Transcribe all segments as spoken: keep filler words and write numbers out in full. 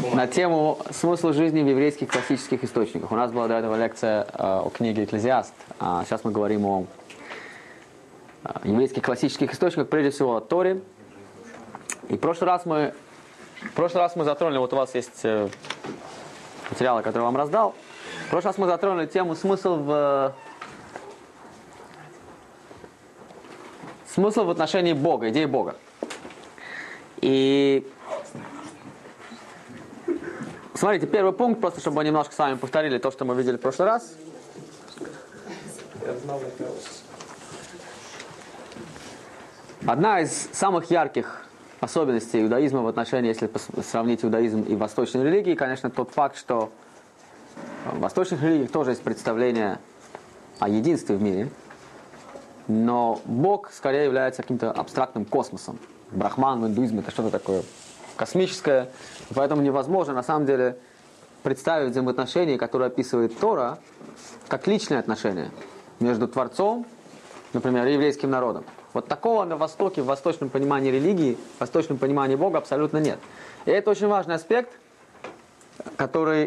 на тему смысла жизни в еврейских классических источниках. У нас была до этого лекция э, о книге «Экклезиаст», а сейчас мы говорим о э, еврейских классических источниках, прежде всего о Торе. И в прошлый раз мы, в прошлый раз мы затронули, вот у вас есть э, материалы, которые я вам раздал. В прошлый раз мы затронули тему смысл в, смысл в отношении Бога, идеи Бога. И смотрите, первый пункт, просто чтобы мы немножко с вами повторили то, что мы видели в прошлый раз. Одна из самых ярких особенностей иудаизма в отношении, если сравнить иудаизм и восточные религии, конечно, тот факт, что в восточных религиях тоже есть представление о единстве в мире, но Бог скорее является каким-то абстрактным космосом. Брахман в индуизме — это что-то такое космическое, поэтому невозможно на самом деле представить взаимоотношения, которые описывает Тора, как личные отношения между Творцом, например, и еврейским народом. Вот такого на Востоке, в восточном понимании религии, в восточном понимании Бога абсолютно нет. И это очень важный аспект, который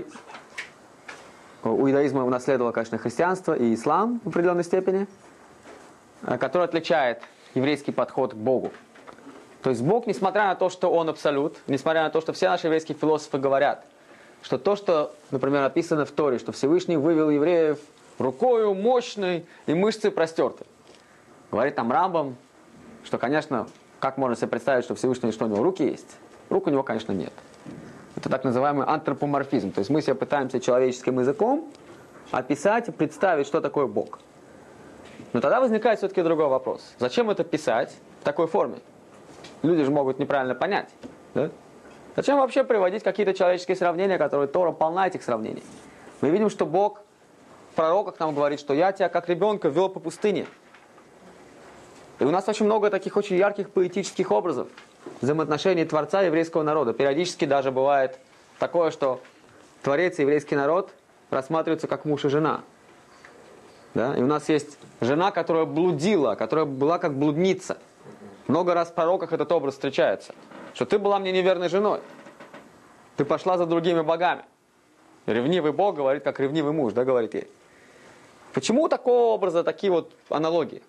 у иудаизма унаследовало, конечно, христианство и ислам в определенной степени, который отличает еврейский подход к Богу. То есть Бог, несмотря на то, что Он абсолют, несмотря на то, что все наши еврейские философы говорят, что то, что, например, написано в Торе, что Всевышний вывел евреев рукою мощной и мышцы простерты. Говорит там Рамбам, что, конечно, как можно себе представить, что Всевышний, что у него руки есть? Рук у него, конечно, нет. Это так называемый антропоморфизм. То есть мы себе пытаемся человеческим языком описать, представить, что такое Бог. Но тогда возникает все-таки другой вопрос. Зачем это писать в такой форме? Люди же могут неправильно понять. Да? Зачем вообще приводить какие-то человеческие сравнения, которые Тора полна этих сравнений? Мы видим, что Бог в пророках нам говорит, что я тебя как ребенка вел по пустыне. И у нас очень много таких очень ярких поэтических образов взаимоотношений Творца и еврейского народа. Периодически даже бывает такое, что Творец и еврейский народ рассматриваются как муж и жена. Да? И у нас есть жена, которая блудила, которая была как блудница. Много раз в пророках этот образ встречается. Что ты была мне неверной женой. Ты пошла за другими богами. Ревнивый Бог говорит, как ревнивый муж, да, говорит ей. Почему у такого образа такие вот аналогии?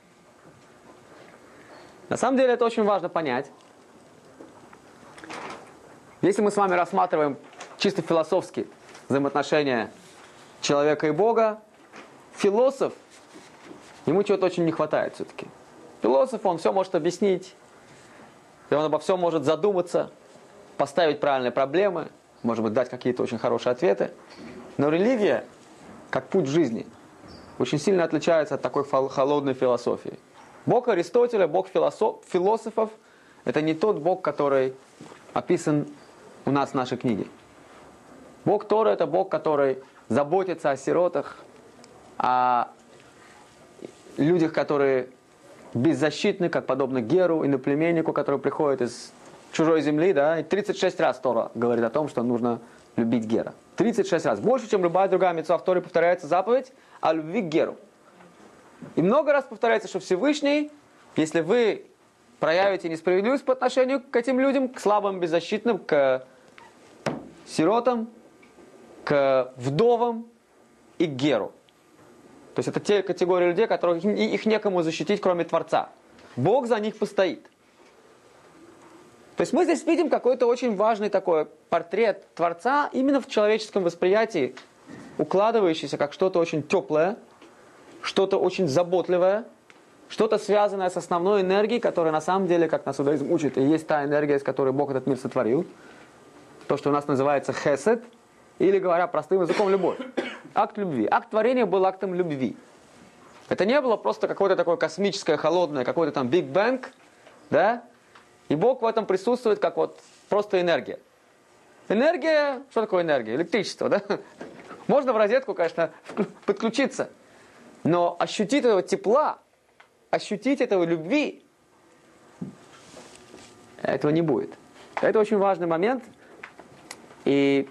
На самом деле это очень важно понять. Если мы с вами рассматриваем чисто философски взаимоотношения человека и Бога, философ, ему чего-то очень не хватает все-таки. Философ, он все может объяснить, и он обо всем может задуматься, поставить правильные проблемы, может быть, дать какие-то очень хорошие ответы. Но религия, как путь жизни, очень сильно отличается от такой холодной философии. Бог Аристотеля, Бог философ, философов, это не тот Бог, который описан у нас в нашей книге. Бог Тора — это Бог, который заботится о сиротах, о людях, которые беззащитны, как подобно Геру, иноплеменнику, который приходит из чужой земли, да, и тридцать шесть раз Тора говорит о том, что нужно любить Гера. тридцать шесть раз. Больше, чем любая другая мицва в Торе, повторяется заповедь о любви к Геру. И много раз повторяется, что Всевышний, если вы проявите несправедливость по отношению к этим людям, к слабым, беззащитным, к сиротам, к вдовам и к Геру. То есть это те категории людей, которых их некому защитить, кроме Творца. Бог за них постоит. То есть мы здесь видим какой-то очень важный такой портрет Творца именно в человеческом восприятии, укладывающийся как что-то очень теплое, что-то очень заботливое, что-то связанное с основной энергией, которая на самом деле, как нас иудаизм учит, и есть та энергия, с которой Бог этот мир сотворил. То, что у нас называется хесед, или, говоря простым языком, любовь. Акт любви. Акт творения был актом любви. Это не было просто какое-то такое космическое, холодное, какой-то там Big Bang, да? И Бог в этом присутствует как вот просто энергия. Энергия, что такое энергия? Электричество, да? Можно в розетку, конечно, подключиться, но ощутить этого тепла, ощутить этого любви, этого не будет. Это очень важный момент. И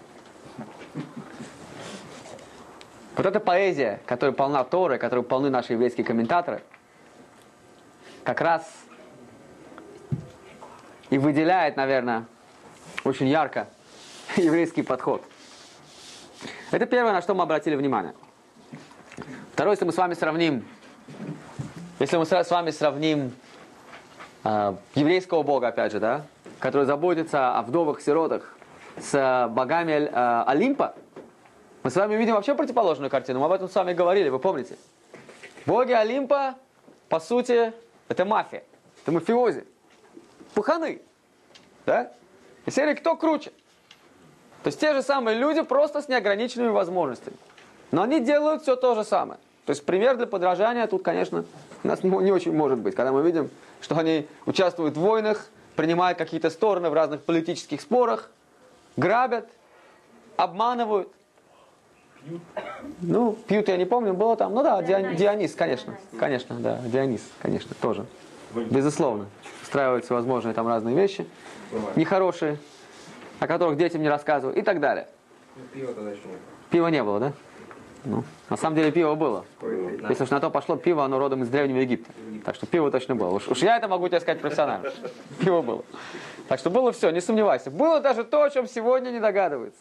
вот эта поэзия, которая полна Торы, которой полны наши еврейские комментаторы, как раз и выделяет, наверное, очень ярко еврейский подход. Это первое, на что мы обратили внимание. Второе, если мы с вами сравним, если мы с вами сравним э, еврейского бога, опять же, да, который заботится о вдовах, сиротах, с богами э, Олимпа, мы с вами видим вообще противоположную картину. Мы об этом с вами говорили, вы помните? Боги Олимпа, по сути, это мафия, это мафиози, паханы, да? И серии кто круче? То есть те же самые люди, просто с неограниченными возможностями. Но они делают все то же самое. То есть пример для подражания тут, конечно, у нас не очень может быть. Когда мы видим, что они участвуют в войнах, принимают какие-то стороны в разных политических спорах, грабят, обманывают. Пьют. Ну, пьют я не помню, было там. Ну да, Дионис, Дионис конечно. Конечно, да, Дионис, конечно, тоже. Безусловно. Устраивают всевозможные там разные вещи. Нехорошие, о которых детям не рассказывают и так далее. Пива тогда еще не было. Пива не было, да? Ну, на самом деле пиво было. Ой, да. Если уж на то пошло, пиво, оно родом из Древнего Египта. Так что пиво точно было. Уж, уж я это могу тебе сказать профессионально. Пиво было. Так что было все, не сомневайся. Было даже то, о чем сегодня не догадывается.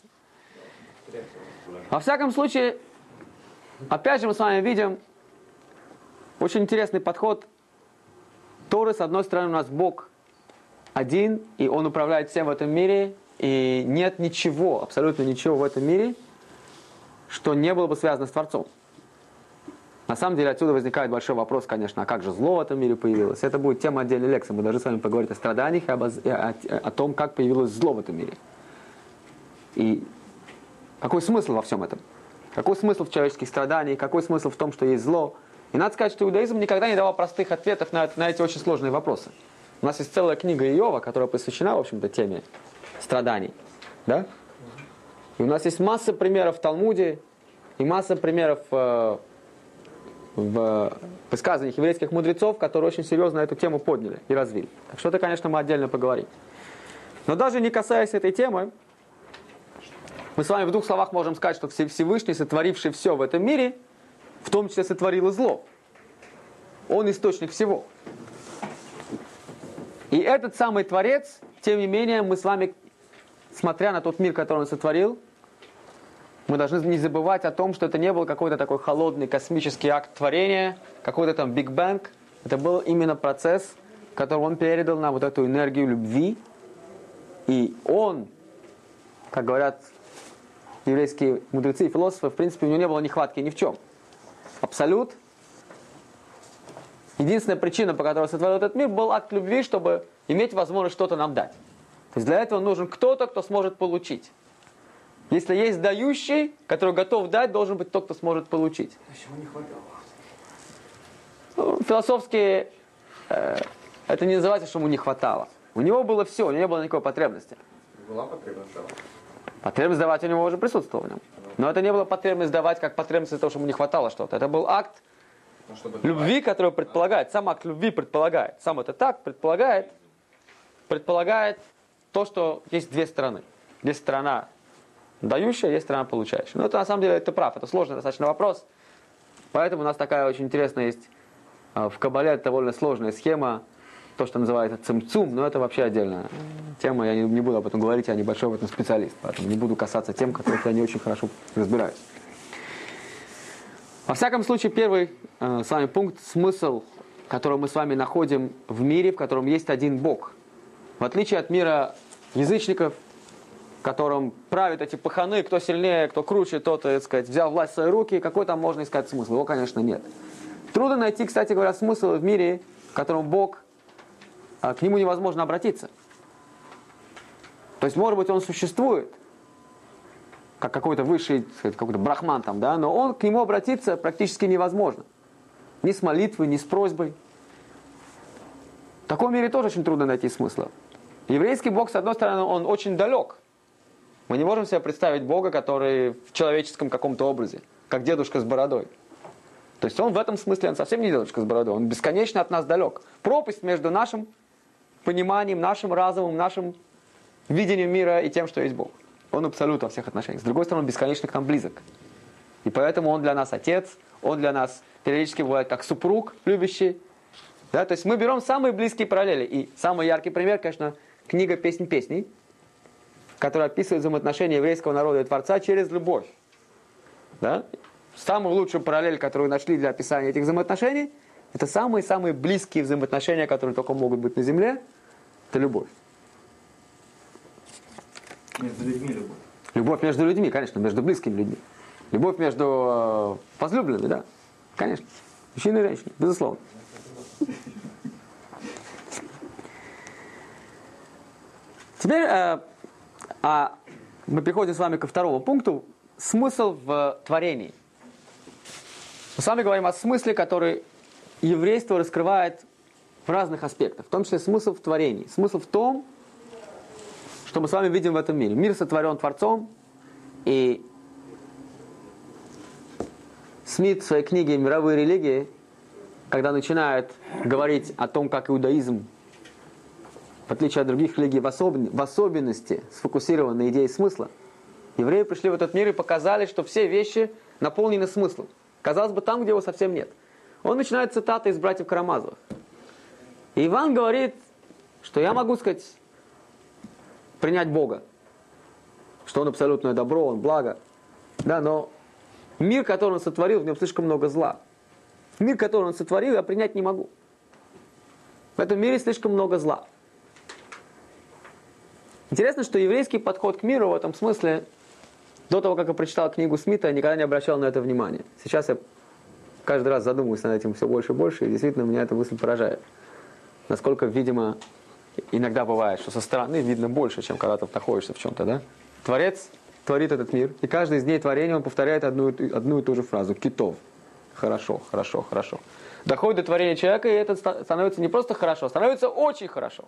Во всяком случае, опять же мы с вами видим очень интересный подход Торы. С одной стороны, у нас Бог один, и Он управляет всем в этом мире, и нет ничего, абсолютно ничего в этом мире, что не было бы связано с Творцом. На самом деле отсюда возникает большой вопрос, конечно, а как же зло в этом мире появилось? Это будет тема отдельной лекции. Мы должны с вами поговорить о страданиях и об, о, о, о том, как появилось зло в этом мире. И какой смысл во всем этом? Какой смысл в человеческих страданиях? Какой смысл в том, что есть зло? И надо сказать, что иудаизм никогда не давал простых ответов на, на эти очень сложные вопросы. У нас есть целая книга Иова, которая посвящена, в общем-то, теме страданий. Да? И у нас есть масса примеров в Талмуде и масса примеров э, в высказываниях еврейских мудрецов, которые очень серьезно эту тему подняли и развили. Так что это, конечно, мы отдельно поговорим. Но даже не касаясь этой темы, мы с вами в двух словах можем сказать, что Всевышний, сотворивший все в этом мире, в том числе сотворил и зло. Он источник всего. И этот самый Творец, тем не менее, мы с вами, смотря на тот мир, который он сотворил, мы должны не забывать о том, что это не был какой-то такой холодный космический акт творения, какой-то там Биг Бэнг. Это был именно процесс, который он передал нам вот эту энергию любви. И он, как говорят еврейские мудрецы и философы, в принципе, у него не было нехватки ни в чем. Абсолют. Единственная причина, по которой сотворил этот мир, был акт любви, чтобы иметь возможность что-то нам дать. То есть для этого нужен кто-то, кто сможет получить. Если есть дающий, который готов дать, должен быть тот, кто сможет получить. Чего не хватало? Ну, философски э, это не называется, что ему не хватало. У него было все, у него не было никакой потребности. Была потребность давать. Потребность давать у него уже присутствовала в нем. Но это не было потребность давать как потребность из-за того, что ему не хватало что-то. Это был акт ну, любви, который предполагает, сам акт любви предполагает, сам этот акт предполагает, предполагает то, что есть две стороны. Есть сторона дающая, есть сторона получающая. Но это на самом деле ты прав, это сложный достаточно вопрос. Поэтому у нас такая очень интересная есть в Кабале довольно сложная схема, то, что называется цимцум, но это вообще отдельная тема, я не, не буду об этом говорить, я небольшой в этом специалист, поэтому не буду касаться тем, которых я не очень хорошо разбираюсь. Во всяком случае, первый э, с вами пункт, смысл, который мы с вами находим в мире, в котором есть один Бог. В отличие от мира язычников, в котором правят эти паханы, кто сильнее, кто круче, тот, так сказать, взял власть в свои руки, какой там можно искать смысл? Его, конечно, нет. Трудно найти, кстати говоря, смысл в мире, в котором Бог, к нему невозможно обратиться. То есть, может быть, он существует, как какой-то высший, какой-то брахман там, да, но он, к нему обратиться практически невозможно. Ни с молитвой, ни с просьбой. В таком мире тоже очень трудно найти смысла. Еврейский Бог, с одной стороны, он очень далек. Мы не можем себе представить Бога, который в человеческом каком-то образе, как дедушка с бородой. То есть он в этом смысле, он совсем не дедушка с бородой, он бесконечно от нас далек. Пропасть между нашим пониманием, нашим разумом, нашим видением мира и тем, что есть Бог. Он абсолют во всех отношениях. С другой стороны, он бесконечно к нам близок. И поэтому он для нас отец, он для нас периодически бывает как супруг любящий. Да? То есть мы берем самые близкие параллели. И самый яркий пример, конечно, книга «Песнь песней». который описывает взаимоотношения еврейского народа и Творца через любовь. Да? Самый лучший параллель, которую нашли для описания этих взаимоотношений, это самые-самые близкие взаимоотношения, которые только могут быть на земле, это любовь. Между людьми любовь. Любовь между людьми, конечно, между близкими людьми. Любовь между э, возлюбленными, да, конечно. Мужчина и женщина, безусловно. Теперь э, а мы переходим с вами ко второму пункту. Смысл в творении. Мы с вами говорим о смысле, который еврейство раскрывает в разных аспектах. В том числе смысл в творении. Смысл в том, что мы с вами видим в этом мире. Мир сотворен Творцом, и Смит в своей книге «Мировые религии», когда начинает говорить о том, как иудаизм, в отличие от других религий, в, особ... в особенности сфокусирован на идее смысла, евреи пришли в этот мир и показали, что все вещи наполнены смыслом. Казалось бы, там, где его совсем нет. Он начинает цитаты из братьев Карамазовых. И Иван говорит, что я могу сказать, принять Бога, что Он абсолютное добро, Он благо. Да, но мир, который Он сотворил, в нем слишком много зла. Мир, который Он сотворил, я принять не могу. В этом мире слишком много зла. Интересно, что еврейский подход к миру в этом смысле, до того, как я прочитал книгу Смита, я никогда не обращал на это внимания. Сейчас я каждый раз задумываюсь над этим все больше и больше, и действительно меня эта мысль поражает. Насколько, видимо, иногда бывает, что со стороны видно больше, чем когда ты находишься в чем-то, да? Творец творит этот мир, и каждый из дней творения он повторяет одну, одну и ту же фразу. Китов. Хорошо, хорошо, хорошо. Доходит до творения человека, и это становится не просто хорошо, становится очень хорошо.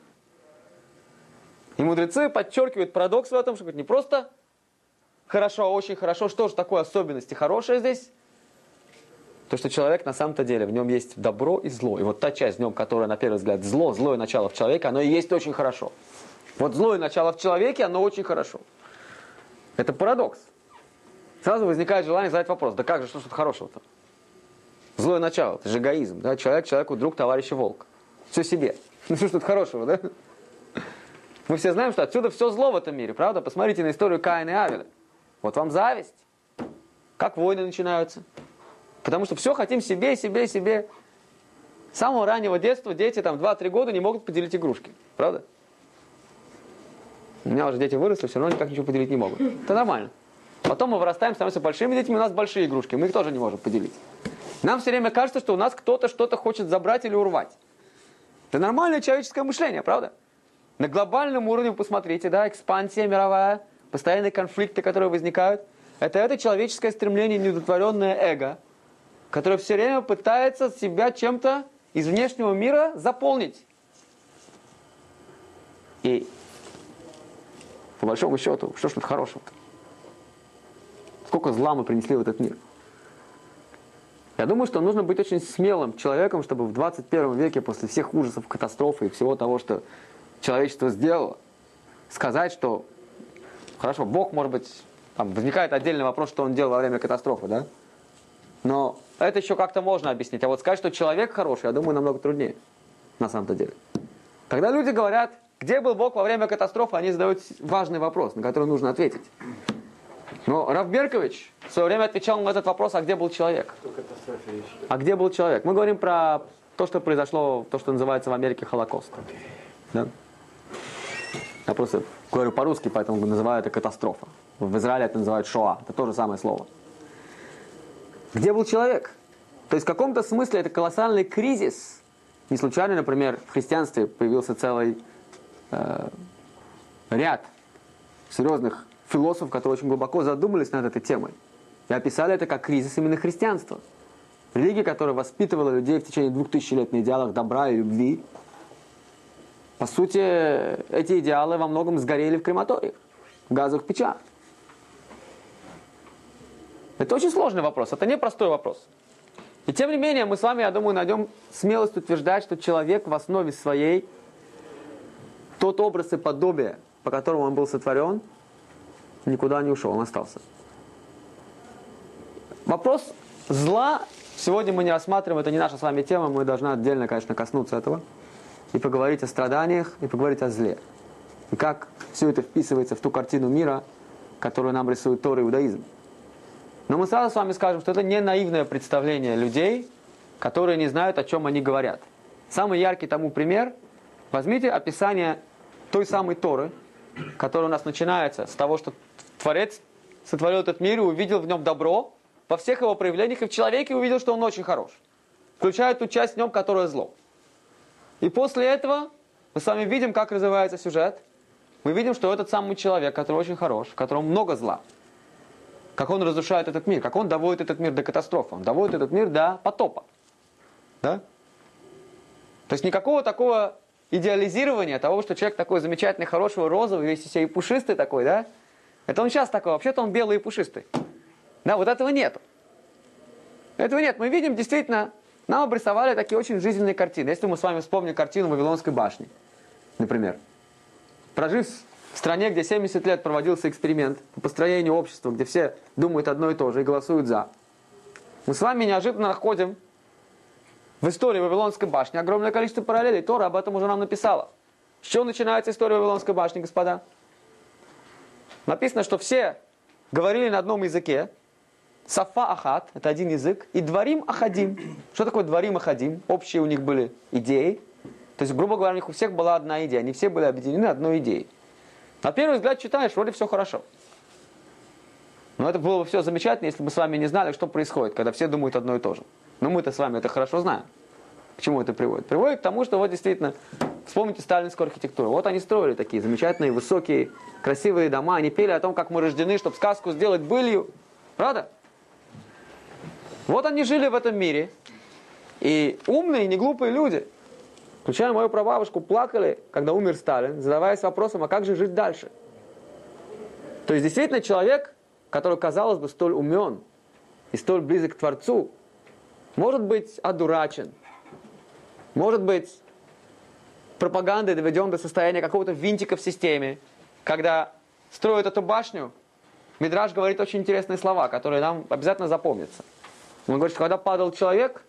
И мудрецы подчеркивают парадокс в этом, что не просто хорошо, а очень хорошо. Что же такое особенности хорошее здесь? То, что человек на самом-то деле, в нем есть добро и зло. И вот та часть в нем, которая на первый взгляд зло, злое начало в человеке, оно и есть очень хорошо. Вот злое начало в человеке, оно очень хорошо. Это парадокс. Сразу возникает желание задать вопрос, да как же, что ж тут хорошего-то? Злое начало, это же эгоизм. Да? Человек человеку друг, товарищ и волк. Все себе. Ну что ж тут хорошего, да? Мы все знаем, что отсюда все зло в этом мире, правда? Посмотрите на историю Каина и Авеля. Вот вам зависть. Как войны начинаются? Потому что все хотим себе, себе, себе. С самого раннего детства дети там два-три года не могут поделить игрушки. Правда? У меня уже дети выросли, все равно никак ничего поделить не могут. Это нормально. Потом мы вырастаем, становимся большими детьми, у нас большие игрушки. Мы их тоже не можем поделить. Нам все время кажется, что у нас кто-то что-то хочет забрать или урвать. Это нормальное человеческое мышление, правда? На глобальном уровне, посмотрите, да, экспансия мировая, постоянные конфликты, которые возникают. Это это человеческое стремление, неудовлетворенное эго, которое все время пытается себя чем-то из внешнего мира заполнить. И по большому счету, что ж тут хорошего-то? Сколько зла мы принесли в этот мир? Я думаю, что нужно быть очень смелым человеком, чтобы в двадцать первом веке, после всех ужасов, катастрофы и всего того, что человечество сделало, сказать, что, хорошо, Бог, может быть, там возникает отдельный вопрос, что Он делал во время катастрофы, да? Но это еще как-то можно объяснить. А вот сказать, что человек хороший, я думаю, намного труднее, на самом-то деле. Когда люди говорят, где был Бог во время катастрофы, они задают важный вопрос, на который нужно ответить. Но Рав Беркович в свое время отвечал на этот вопрос, а где был человек? А где был человек? Мы говорим про то, что произошло, то, что называется в Америке Холокост. Да? Я просто говорю по-русски, поэтому называю это катастрофа. В Израиле это называют Шоа. Это то же самое слово. Где был человек? То есть в каком-то смысле это колоссальный кризис. Не случайно, например, в христианстве появился целый э, ряд серьезных философов, которые очень глубоко задумались над этой темой. И описали это как кризис именно христианства. Религия, которая воспитывала людей в течение двух тысяч лет на идеалах добра и любви. По сути, эти идеалы во многом сгорели в крематориях, в газовых печах. Это очень сложный вопрос, это не простой вопрос. И тем не менее, мы с вами, я думаю, найдем смелость утверждать, что человек в основе своей, тот образ и подобие, по которому он был сотворен, никуда не ушел, он остался. Вопрос зла сегодня мы не рассматриваем, это не наша с вами тема, мы должны отдельно, конечно, коснуться этого и поговорить о страданиях, и поговорить о зле. И как все это вписывается в ту картину мира, которую нам рисует Тора и иудаизм. Но мы сразу с вами скажем, что это не наивное представление людей, которые не знают, о чем они говорят. Самый яркий тому пример. Возьмите описание той самой Торы, которая у нас начинается с того, что Творец сотворил этот мир и увидел в нем добро во всех его проявлениях, и в человеке увидел, что он очень хорош, включая ту часть в нем, которая зло. И после этого мы с вами видим, как развивается сюжет. Мы видим, что этот самый человек, который очень хорош, в котором много зла, как он разрушает этот мир, как он доводит этот мир до катастрофы, он доводит этот мир до потопа. Да? То есть никакого такого идеализирования того, что человек такой замечательный, хороший, розовый, весь из себя и пушистый такой, да? Это он сейчас такой, вообще-то он белый и пушистый. Да, вот этого нет. Этого нет. Мы видим, действительно, нам обрисовали такие очень жизненные картины. Если мы с вами вспомним картину Вавилонской башни, например. Прожив в стране, где семьдесят лет проводился эксперимент по построению общества, где все думают одно и то же и голосуют за, мы с вами неожиданно находим в истории Вавилонской башни огромное количество параллелей. Тора об этом уже нам написала. С чего начинается история Вавилонской башни, господа? Написано, что все говорили на одном языке. Сафа ахат, это один язык, и дварим ахадим. Что такое дварим ахадим? Общие у них были идеи. То есть, грубо говоря, у них у всех была одна идея. Они все были объединены одной идеей. На первый взгляд читаешь, вроде все хорошо. Но это было бы все замечательно, если бы с вами не знали, что происходит, когда все думают одно и то же. Но мы-то с вами это хорошо знаем. К чему это приводит? Приводит к тому, что вот действительно, вспомните сталинскую архитектуру. Вот они строили такие замечательные, высокие, красивые дома. Они пели о том, как мы рождены, чтобы сказку сделать былью. Правда? Вот они жили в этом мире. И умные, не глупые люди, включая мою прабабушку, плакали, когда умер Сталин, задаваясь вопросом, а как же жить дальше? То есть действительно человек, который, казалось бы, столь умен и столь близок к Творцу, может быть одурачен, может быть пропагандой доведен до состояния какого-то винтика в системе. Когда строят эту башню, Мидраш говорит очень интересные слова, которые нам обязательно запомнятся. Он говорит, что когда падал человек,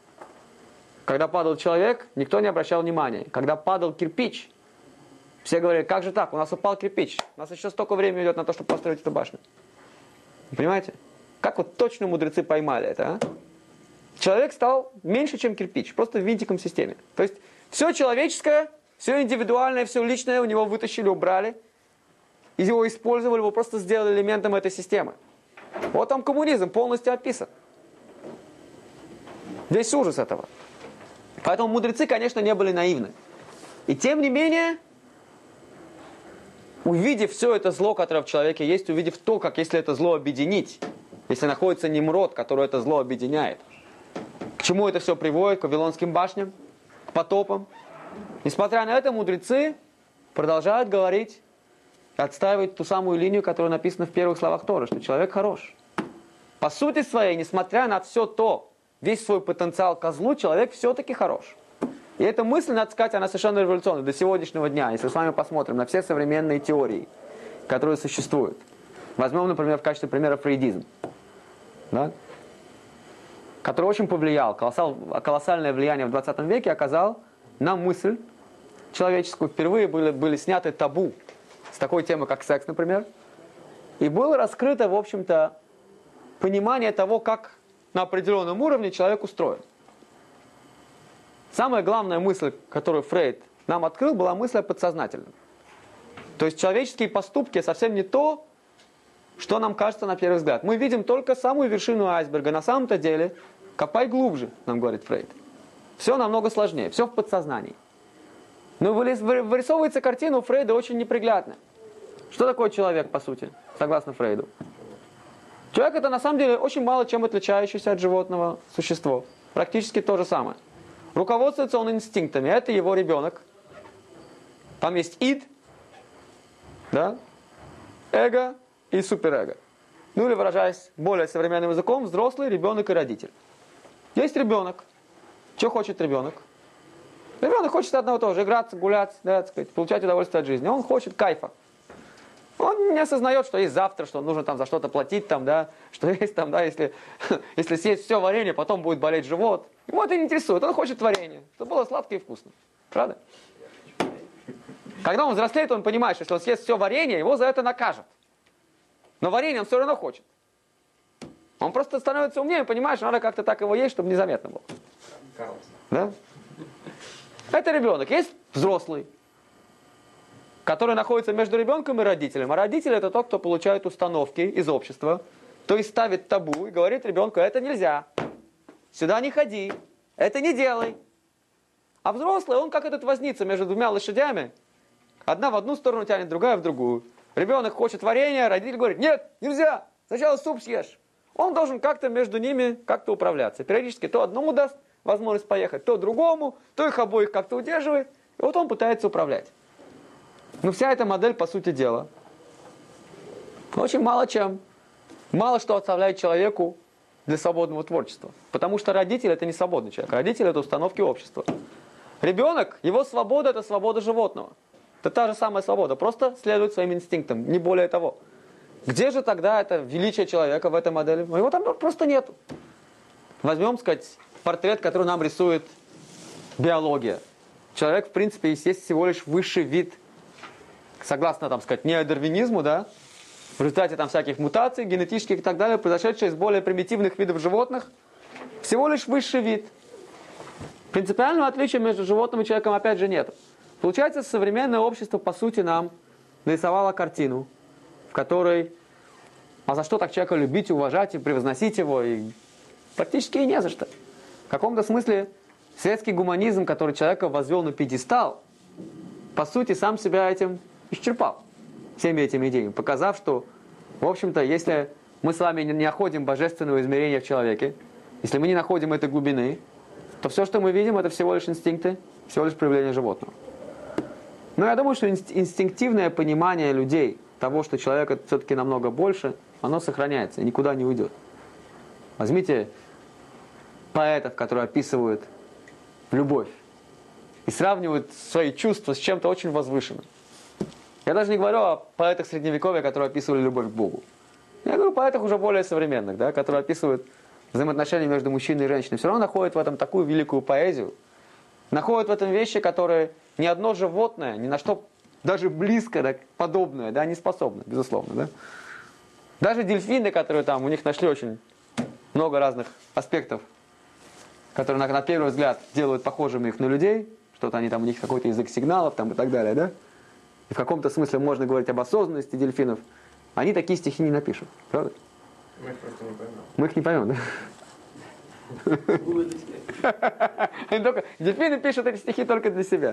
когда падал человек, никто не обращал внимания. Когда падал кирпич, все говорили, как же так, у нас упал кирпич, у нас еще столько времени идет на то, чтобы построить эту башню. Вы понимаете? Как вот точно мудрецы поймали это, а? Человек стал меньше, чем кирпич, просто винтиком в системе. То есть все человеческое, все индивидуальное, все личное у него вытащили, убрали, и его использовали, его просто сделали элементом этой системы. Вот там коммунизм полностью описан. Весь ужас этого. Поэтому мудрецы, конечно, не были наивны. И тем не менее, увидев все это зло, которое в человеке есть, увидев то, как если это зло объединить, если находится Нимрод, который это зло объединяет, к чему это все приводит? К Вавилонским башням, к потопам. Несмотря на это, мудрецы продолжают говорить, отстаивать ту самую линию, которая написана в первых словах Торы, что человек хорош. По сути своей, несмотря на все то, весь свой потенциал ко злу, человек все-таки хорош. И эта мысль, надо сказать, она совершенно революционная до сегодняшнего дня. Если с вами посмотрим на все современные теории, которые существуют. Возьмем, например, в качестве примера фрейдизм. Да? Который очень повлиял, колоссал, колоссальное влияние в двадцатом веке оказал на мысль человеческую. Впервые были, были сняты табу с такой темы, как секс, например. И было раскрыто, в общем-то, понимание того, как на определенном уровне человек устроен. Самая главная мысль, которую Фрейд нам открыл, была мысль о подсознательном. То есть человеческие поступки совсем не то, что нам кажется на первый взгляд. Мы видим только самую вершину айсберга. На самом-то деле, копай глубже, нам говорит Фрейд. Все намного сложнее, все в подсознании. Но вырисовывается картина у Фрейда очень неприглядная. Что такое человек, по сути, согласно Фрейду? Человек — это на самом деле очень мало чем отличающееся от животного существо. Практически то же самое. Руководствуется он инстинктами. Это его ребенок. Там есть ид, да, эго и суперэго. Ну или, выражаясь более современным языком, взрослый, ребенок и родитель. Есть ребенок. Что хочет ребенок? Ребенок хочет одного и того же. Играться, гулять, да, так сказать, получать удовольствие от жизни. Он хочет кайфа. Он не осознает, что есть завтра, что нужно там за что-то платить, там, да, что есть там, да, если, если съесть все варенье, потом будет болеть живот. Ему это не интересует, он хочет варенье, чтобы было сладко и вкусно. Правда? Когда он взрослеет, он понимает, что если он съест все варенье, его за это накажут. Но варенье он все равно хочет. Он просто становится умнее и понимает, что надо как-то так его есть, чтобы незаметно было. Да? Это ребенок. Есть взрослый, который находится между ребенком и родителем. А родитель это тот, кто получает установки из общества, то есть ставит табу и говорит ребенку: это нельзя, сюда не ходи, это не делай. А взрослый, он как этот возница между двумя лошадями. Одна в одну сторону тянет, другая в другую. Ребенок хочет варенья, родитель говорит: нет, нельзя, сначала суп съешь. Он должен как-то между ними как-то управляться. Периодически то одному даст возможность поехать, то другому, то их обоих как-то удерживает. И вот он пытается управлять. Но вся эта модель, по сути дела, очень мало чем, мало что оставляет человеку для свободного творчества. Потому что родитель это не свободный человек. Родитель это установки общества. Ребенок, его свобода это свобода животного. Это та же самая свобода, просто следует своим инстинктам, не более того. Где же тогда это величие человека в этой модели? Его там просто нет. Возьмем, сказать, портрет, который нам рисует биология. Человек, в принципе, есть всего лишь высший вид, согласно, там, сказать, неодарвинизму, да, в результате там всяких мутаций, генетических и так далее, произошедших из более примитивных видов животных, всего лишь высший вид. Принципиального отличия между животным и человеком, опять же, нет. Получается, современное общество, по сути, нам нарисовало картину, в которой, а за что так человека любить, уважать и превозносить его, и практически и не за что. В каком-то смысле светский гуманизм, который человека возвел на пьедестал, по сути, сам себя этим исчерпал, всеми этими идеями, показав, что, в общем-то, если мы с вами не находим божественного измерения в человеке, если мы не находим этой глубины, то все, что мы видим, это всего лишь инстинкты, всего лишь проявление животного. Но я думаю, что инстинктивное понимание людей того, что человек это все-таки намного больше, оно сохраняется и никуда не уйдет. Возьмите поэтов, которые описывают любовь и сравнивают свои чувства с чем-то очень возвышенным. Я даже не говорю о поэтах Средневековья, которые описывали любовь к Богу. Я говорю о поэтах уже более современных, да, которые описывают взаимоотношения между мужчиной и женщиной. Все равно находят в этом такую великую поэзию, находят в этом вещи, которые ни одно животное, ни на что даже близко да, подобное да, не способно, безусловно. Да. Даже дельфины, которые там, у них нашли очень много разных аспектов, которые на, на первый взгляд делают похожими их на людей, что-то они там, у них какой-то язык сигналов там, и так далее, да? И в каком-то смысле можно говорить об осознанности дельфинов. Они такие стихи не напишут, правда? Мы их просто не поймем. Мы их не поймем, да? Дельфины пишут эти стихи только для себя.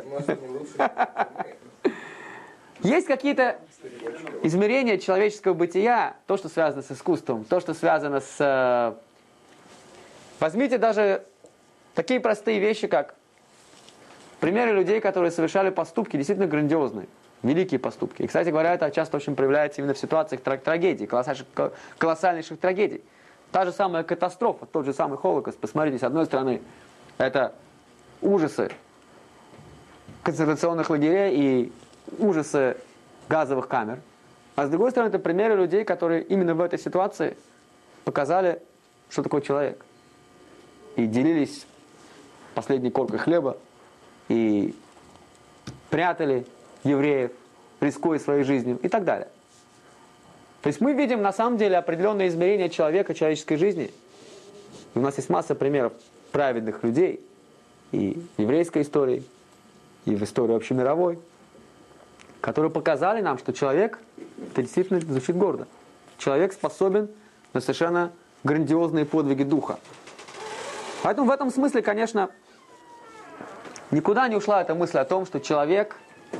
Есть какие-то измерения человеческого бытия, то, что связано с искусством, то, что связано с... Возьмите даже такие простые вещи, как примеры людей, которые совершали поступки действительно грандиозные, великие поступки. И, кстати говоря, это часто очень проявляется именно в ситуациях трагедий, колоссальнейших, колоссальнейших трагедий. Та же самая катастрофа, тот же самый Холокост. Посмотрите, с одной стороны, это ужасы концентрационных лагерей и ужасы газовых камер. А с другой стороны, это примеры людей, которые именно в этой ситуации показали, что такое человек. И делились последней коркой хлеба, и прятали евреев, рискуя своей жизнью, и так далее. То есть мы видим на самом деле определенное измерение человека, человеческой жизни. И у нас есть масса примеров праведных людей и в еврейской истории, и в истории общемировой, которые показали нам, что человек, это действительно звучит гордо, человек способен на совершенно грандиозные подвиги духа. Поэтому в этом смысле, конечно, никуда не ушла эта мысль о том, что человек,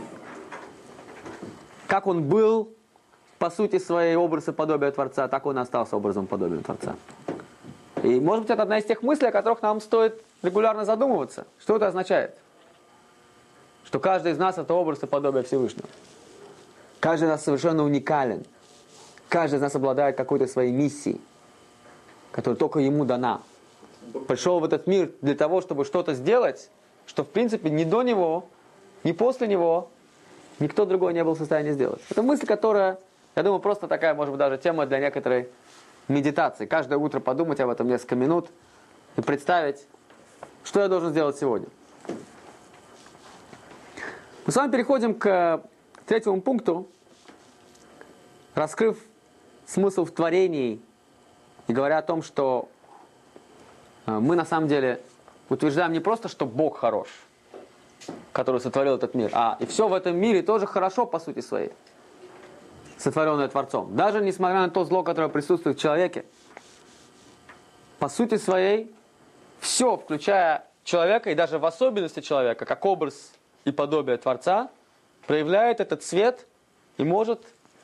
как он был, по сути, своей образ и подобие Творца, так он и остался образом и подобием Творца. И, может быть, это одна из тех мыслей, о которых нам стоит регулярно задумываться. Что это означает? Что каждый из нас – это образ и подобие Всевышнего. Каждый из нас совершенно уникален. Каждый из нас обладает какой-то своей миссией, которая только ему дана. Пришел в этот мир для того, чтобы что-то сделать, что, в принципе, ни до него, ни после него никто другой не был в состоянии сделать. Это мысль, которая, я думаю, просто такая, может быть, даже тема для некоторой медитации. Каждое утро подумать об этом несколько минут и представить, что я должен сделать сегодня. Мы с вами переходим к третьему пункту, раскрыв смысл в творении и говоря о том, что мы на самом деле утверждаем не просто, что Бог хорош, который сотворил этот мир, а и все в этом мире тоже хорошо по сути своей, сотворенное Творцом. Даже несмотря на то зло, которое присутствует в человеке, по сути своей все, включая человека и даже в особенности человека, как образ и подобие Творца, проявляет этот свет и может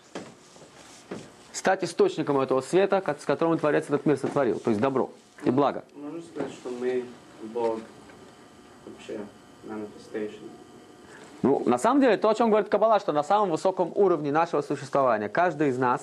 стать источником этого света, с которым Творец этот мир сотворил, то есть добро и благо. Можно сказать, что мы Бог вообще manifestation. Ну, на самом деле, то, о чем говорит Каббала, что на самом высоком уровне нашего существования каждый из нас,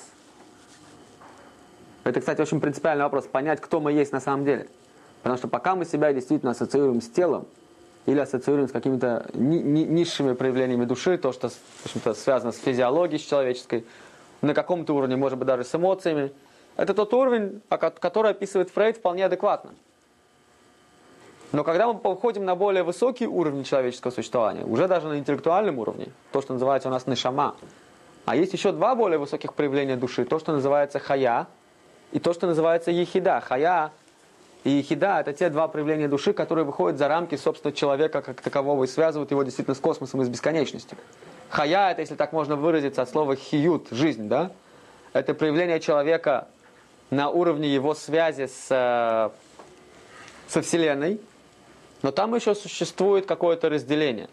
это, кстати, очень принципиальный вопрос, понять, кто мы есть на самом деле. Потому что пока мы себя действительно ассоциируем с телом, или ассоциируем с какими-то ни, ни, низшими проявлениями души, то, что, в общем-то, связано с физиологией, с человеческой, на каком-то уровне, может быть, даже с эмоциями, это тот уровень, который описывает Фрейд вполне адекватно. Но когда мы выходим на более высокие уровни человеческого существования, уже даже на интеллектуальном уровне, то, что называется у нас нешама, а есть еще два более высоких проявления души, то, что называется хая, и то, что называется ехида. Хая и ехида – это те два проявления души, которые выходят за рамки, собственно, человека как такового и связывают его действительно с космосом и с бесконечностью. Хая – это, если так можно выразиться, от слова хиют – жизнь, да? Это проявление человека на уровне его связи с, со Вселенной, но там еще существует какое-то разделение.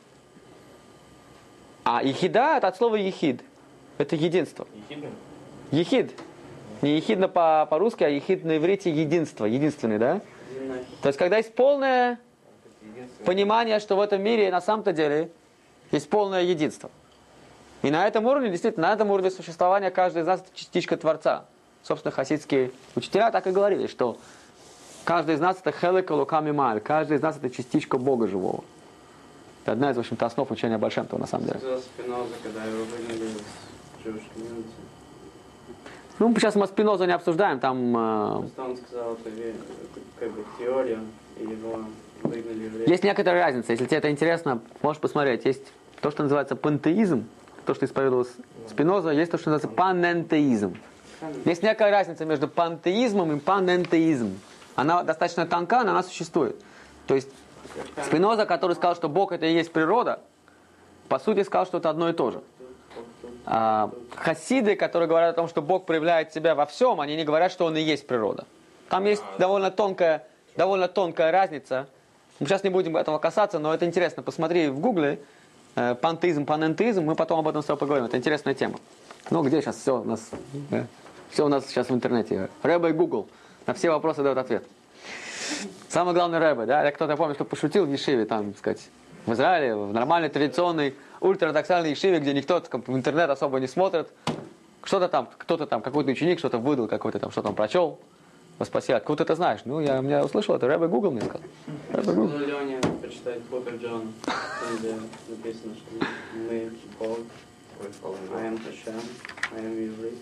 А ехида – это от слова ехид. Это единство. Ехидный? Ехид. Не ехидно по- по-русски, а ехид на иврите единство. Единственный, да? То есть, когда есть полное понимание, что в этом мире на самом-то деле есть полное единство. И на этом уровне, действительно, на этом уровне существования каждый из нас – это частичка Творца. Собственно, хасидские учителя так и говорили, что каждый из нас – это хелек элокам мимааль, каждый из нас – это частичка Бога живого. Это одна из, в общем-то, основ учения Баал Шем Това, на самом деле. Сказал Спиноза, когда его выгнали из Jewish community. Ну, сейчас мы Спиноза не обсуждаем, там… Э... Просто он сказал, это как бы теория, и его выгнали евреи. Есть некоторая разница, если тебе это интересно, можешь посмотреть. Есть то, что называется пантеизм, то, что исповедовал Спиноза, есть то, что называется панентеизм. Есть некая разница между пантеизмом и панентеизмом. Она достаточно тонка, но она существует. То есть Спиноза, который сказал, что Бог это и есть природа, по сути сказал, что это одно и то же. А хасиды, которые говорят о том, что Бог проявляет себя во всем, они не говорят, что Он и есть природа. Там есть довольно тонкая, довольно тонкая разница. Мы сейчас не будем этого касаться, но это интересно. Посмотри в гугле э, пантеизм, панентеизм, мы потом об этом с тобой поговорим. Это интересная тема. Ну, где сейчас все у нас? Да? Все у нас сейчас в интернете. Рэбе и Google. На все вопросы дают ответ. Самый главный Рэбе, да? Я кто-то помню, что пошутил в Ешиве, там, так сказать, в Израиле, в нормальной, традиционной, ультраортодоксальной Ешиве, где никто там, в интернет особо не смотрит. Что-то там, кто-то там, какой-то ученик что-то выдал, какой-то там, что-то он прочел. Спаси, откуда ты это знаешь? Ну, я, я услышал это, Рэбе Google мне сказал. Рэбе Google. Можно Лене прочитать Book of John, там, где написано, что мы Бог, I am Hashem, I am еврей.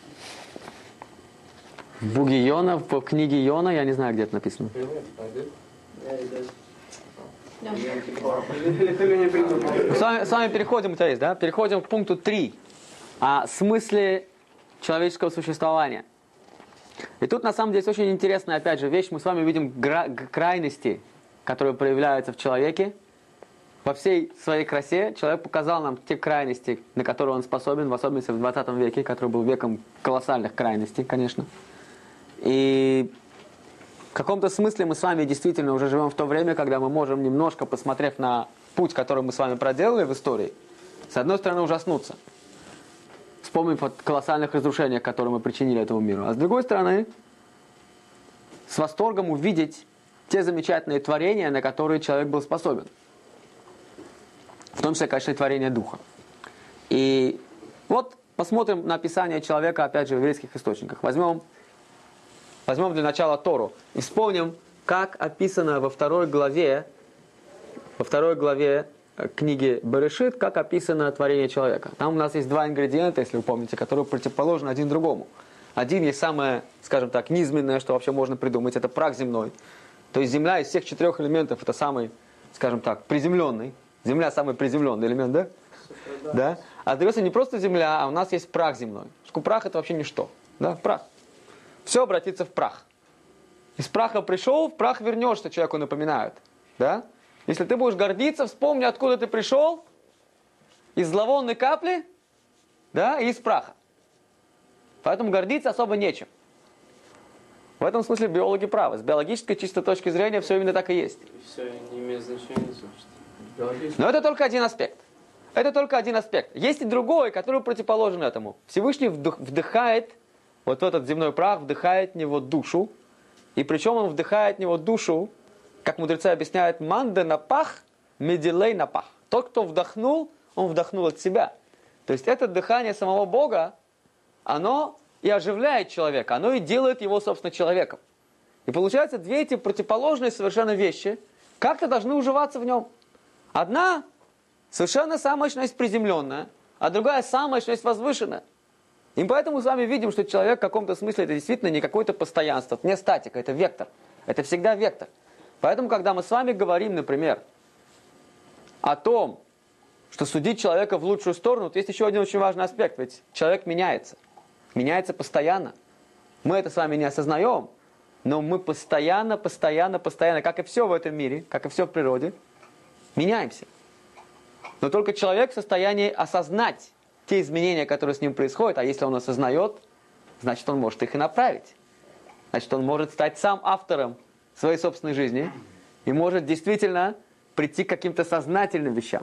В Буге Йона, в книге Йона, я не знаю, где это написано. С вами, с вами переходим, то есть, да? Переходим к пункту три. О смысле человеческого существования. И тут, на самом деле, есть очень интересная, опять же, вещь. Мы с вами видим гра- крайности, которые проявляются в человеке. Во всей своей красе человек показал нам те крайности, на которые он способен, в особенности в двадцатом веке, который был веком колоссальных крайностей, конечно. И в каком-то смысле мы с вами действительно уже живем в то время, когда мы можем, немножко посмотрев на путь, который мы с вами проделали в истории, с одной стороны ужаснуться, вспомнив о колоссальных разрушениях, которые мы причинили этому миру, а с другой стороны с восторгом увидеть те замечательные творения, на которые человек был способен. В том числе, конечно, и творение духа. И вот посмотрим на описание человека, опять же, в еврейских источниках. Возьмем Возьмем для начала Тору и вспомним, как описано во второй главе, во второй главе книги Берешит, как описано творение человека. Там у нас есть два ингредиента, если вы помните, которые противоположны один другому. Один есть самое, скажем так, низменное, что вообще можно придумать, это прах земной. То есть земля из всех четырех элементов это самый, скажем так, приземленный. Земля самый приземленный элемент, да? Да. Да? А дается не просто земля, а у нас есть прах земной. Что прах это вообще ничто. Да? Прах. Все обратится в прах. Из праха пришел, в прах вернешься, человеку напоминают. Да? Если ты будешь гордиться, вспомни, откуда ты пришел. Из зловонной капли, да, и из праха. Поэтому гордиться особо нечем. В этом смысле биологи правы. С биологической чистой точки зрения все именно так и есть. И все не имеет значения, собственно. Но это только один аспект. Это только один аспект. Есть и другой, который противоположен этому. Всевышний вдох, вдыхает вот в этот земной прах, вдыхает в него душу. И причем он вдыхает в него душу, как мудрецы объясняют, манде на пах, медилей на пах. Тот, кто вдохнул, он вдохнул от себя. То есть это дыхание самого Бога, оно и оживляет человека, оно и делает его, собственно, человеком. И получается, две эти противоположные совершенно вещи как-то должны уживаться в нем. Одна совершенно самоочность приземленная, а другая самоочность возвышенная. И поэтому мы с вами видим, что человек в каком-то смысле это действительно не какое-то постоянство, это не статика, это вектор. Это всегда вектор. Поэтому, когда мы с вами говорим, например, о том, что судить человека в лучшую сторону, то есть еще один очень важный аспект, ведь человек меняется. Меняется постоянно. Мы это с вами не осознаем, но мы постоянно, постоянно, постоянно, как и все в этом мире, как и все в природе, меняемся. Но только человек в состоянии осознать те изменения, которые с ним происходят, а если он осознает, значит он может их и направить. Значит он может стать сам автором своей собственной жизни и может действительно прийти к каким-то сознательным вещам.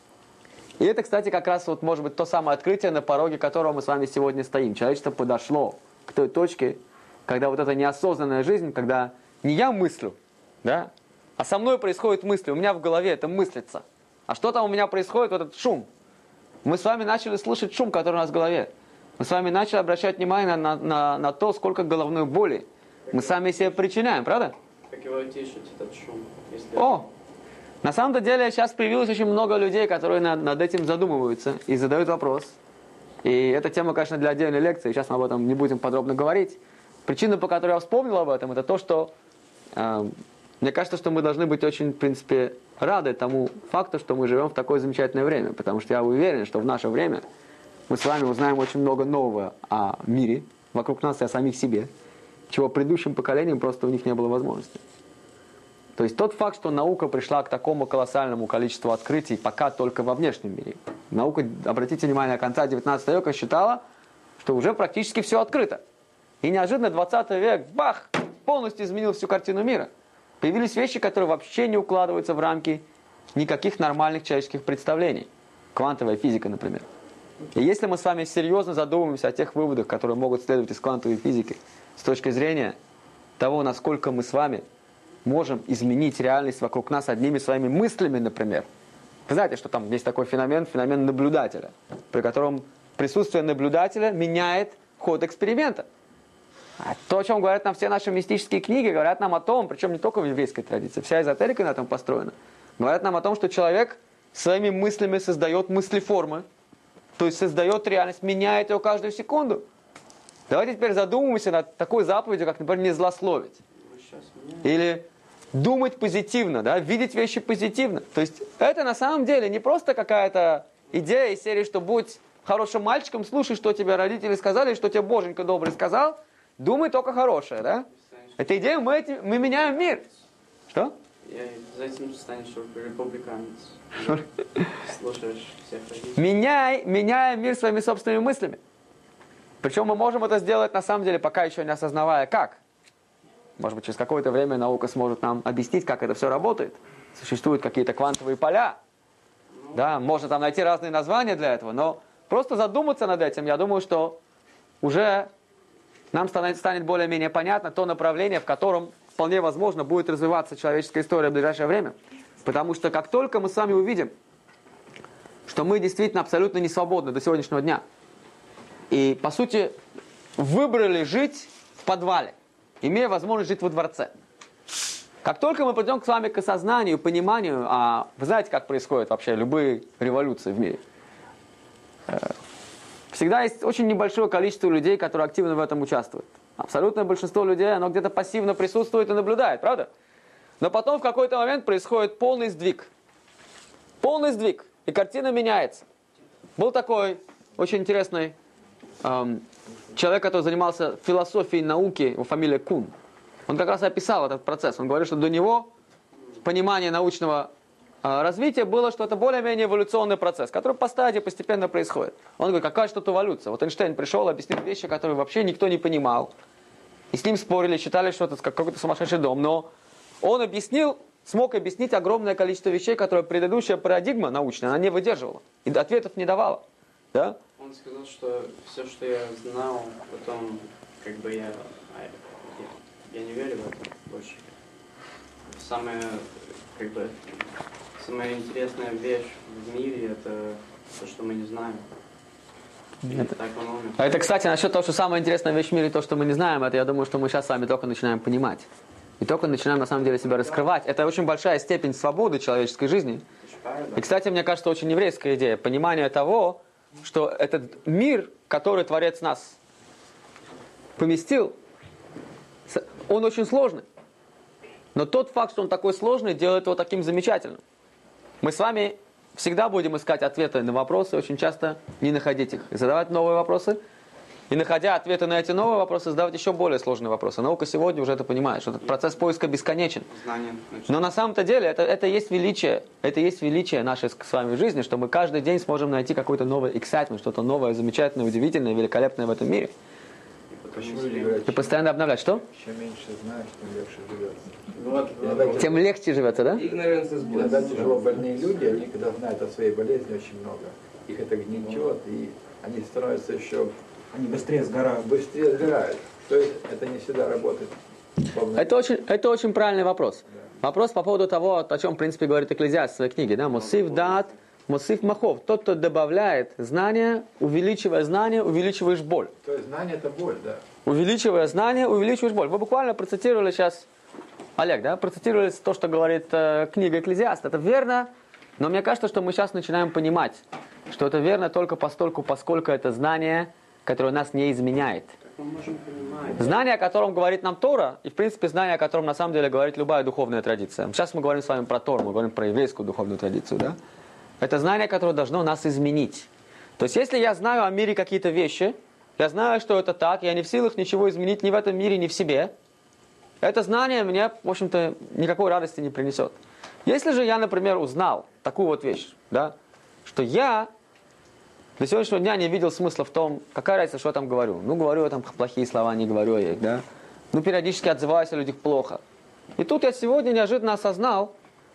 И это, кстати, как раз вот может быть то самое открытие, на пороге которого мы с вами сегодня стоим. Человечество подошло к той точке, когда вот эта неосознанная жизнь, когда не я мыслю, да, а со мной происходят мысли, у меня в голове это мыслится. А что там у меня происходит, вот этот шум? Мы с вами начали слышать шум, который у нас в голове. Мы с вами начали обращать внимание на, на, на, на то, сколько головной боли мы сами себе причиняем, правда? Как его утешить, этот шум? Если... О! На самом-то деле сейчас появилось очень много людей, которые над, над этим задумываются и задают вопрос. И эта тема, конечно, для отдельной лекции, сейчас мы об этом не будем подробно говорить. Причина, по которой я вспомнил об этом, это то, что э, мне кажется, что мы должны быть очень, в принципе, рады тому факту, что мы живем в такое замечательное время. Потому что я уверен, что в наше время мы с вами узнаем очень много нового о мире вокруг нас и о самих себе, чего предыдущим поколениям просто у них не было возможности. То есть тот факт, что наука пришла к такому колоссальному количеству открытий пока только во внешнем мире. Наука, обратите внимание, конца девятнадцатого века считала, что уже практически все открыто. И неожиданно двадцатый век, бах, полностью изменил всю картину мира. Появились вещи, которые вообще не укладываются в рамки никаких нормальных человеческих представлений. Квантовая физика, например. И если мы с вами серьезно задумываемся о тех выводах, которые могут следовать из квантовой физики, с точки зрения того, насколько мы с вами можем изменить реальность вокруг нас одними своими мыслями, например. Вы знаете, что там есть такой феномен, феномен наблюдателя, при котором присутствие наблюдателя меняет ход эксперимента. А то, о чем говорят нам все наши мистические книги, говорят нам о том, причем не только в еврейской традиции, вся эзотерика на этом построена, говорят нам о том, что человек своими мыслями создает мыслеформы, то есть создает реальность, меняет ее каждую секунду. Давайте теперь задумаемся над такой заповедью, как, например, не злословить. Или думать позитивно, да, видеть вещи позитивно. То есть это на самом деле не просто какая-то идея из серии, что будь хорошим мальчиком, слушай, что тебе родители сказали, что тебе Боженька добрый сказал, думай только хорошее, да? Эта идея, мы, эти, мы меняем мир. Что? Я за этим станешь республиканец. Слушаешь всех родителей. Меняй, меняй мир своими собственными мыслями. Причем мы можем это сделать, на самом деле, пока еще не осознавая, как. Может быть, через какое-то время наука сможет нам объяснить, как это все работает. Существуют какие-то квантовые поля. Ну, да, можно там найти разные названия для этого, но просто задуматься над этим, я думаю, что уже нам станет, станет более-менее понятно то направление, в котором вполне возможно будет развиваться человеческая история в ближайшее время. Потому что как только мы с вами увидим, что мы действительно абсолютно не свободны до сегодняшнего дня, и, по сути, выбрали жить в подвале, имея возможность жить во дворце. Как только мы придем с вами к осознанию, пониманию, а вы знаете, как происходят вообще любые революции в мире? Всегда есть очень небольшое количество людей, которые активно в этом участвуют. Абсолютное большинство людей, оно где-то пассивно присутствует и наблюдает, правда? Но потом в какой-то момент происходит полный сдвиг. Полный сдвиг. И картина меняется. Был такой очень интересный эм, человек, который занимался философией науки, его фамилия Кун. Он как раз описал этот процесс. Он говорит, что до него понимание научного э, развития было, что это более-менее эволюционный процесс, который по стадии постепенно происходит. Он говорит, какая же тут эволюция? Вот Эйнштейн пришел, объяснил вещи, которые вообще никто не понимал. И с ним спорили, считали, что это какой-то сумасшедший дом. Но он объяснил, смог объяснить огромное количество вещей, которые предыдущая парадигма научная, она не выдерживала. И ответов не давала. Да? Он сказал, что все, что я знал, потом, как бы я, я, я не верю в это больше. Самая, как бы, самая интересная вещь в мире — это то, что мы не знаем. Это, а это, кстати, насчет того, что самая интересная вещь в мире, то, что мы не знаем, это я думаю, что мы сейчас с вами только начинаем понимать. И только начинаем на самом деле себя раскрывать. Это очень большая степень свободы человеческой жизни. И, кстати, мне кажется, очень еврейская идея. Понимание того, что этот мир, который Творец нас поместил, он очень сложный. Но тот факт, что он такой сложный, делает его таким замечательным. Мы с вами всегда будем искать ответы на вопросы, очень часто не находить их. И задавать новые вопросы. И находя ответы на эти новые вопросы, задавать еще более сложные вопросы. Наука сегодня уже это понимает, что этот процесс поиска бесконечен. Но на самом-то деле это, это есть величие, это есть величие нашей с вами жизни, что мы каждый день сможем найти какой-то новый excitement, что-то новое, замечательное, удивительное, великолепное в этом мире. Почему люди говорят, и постоянно обновлять. Что? Чем меньше знаешь, тем легче живется. Вот, Тем легче живется, да? Иногда тяжело больные люди, они когда знают о своей болезни очень много, их это гнетет, и они становятся еще... Они быстрее сгорают. Быстрее сгорают. То есть это не всегда работает. Это очень, это очень правильный вопрос. Да. Вопрос по поводу того, о чем, в принципе, говорит Экклезиаст в своей книге. Да? Мосив дат, мосив махов. Тот, кто добавляет знания, увеличивая знания, увеличиваешь боль. То есть знание это боль, да. Увеличивая знания, увеличиваешь боль. Вы буквально процитировали сейчас, Олег, да, процитировали то, что говорит э, книга Экклезиаст. Это верно, но мне кажется, что мы сейчас начинаем понимать, что это верно только постольку, поскольку это знание, которое нас не изменяет. Мы можем понимать. Знание, о котором говорит нам Тора, и в принципе знание, о котором на самом деле говорит любая духовная традиция. Сейчас мы говорим с вами про Тору, мы говорим про еврейскую духовную традицию, да? Это знание, которое должно нас изменить. То есть, если я знаю о мире какие-то вещи, я знаю, что это так, я не в силах ничего изменить ни в этом мире, ни в себе, это знание мне, в общем-то, никакой радости не принесет. Если же я, например, узнал такую вот вещь, да, что я до сегодняшнего дня не видел смысла в том, какая разница, что я там говорю. Ну, говорю я там плохие слова, не говорю я их, да. Ну, периодически отзываюсь о людях плохо. И тут я сегодня неожиданно осознал,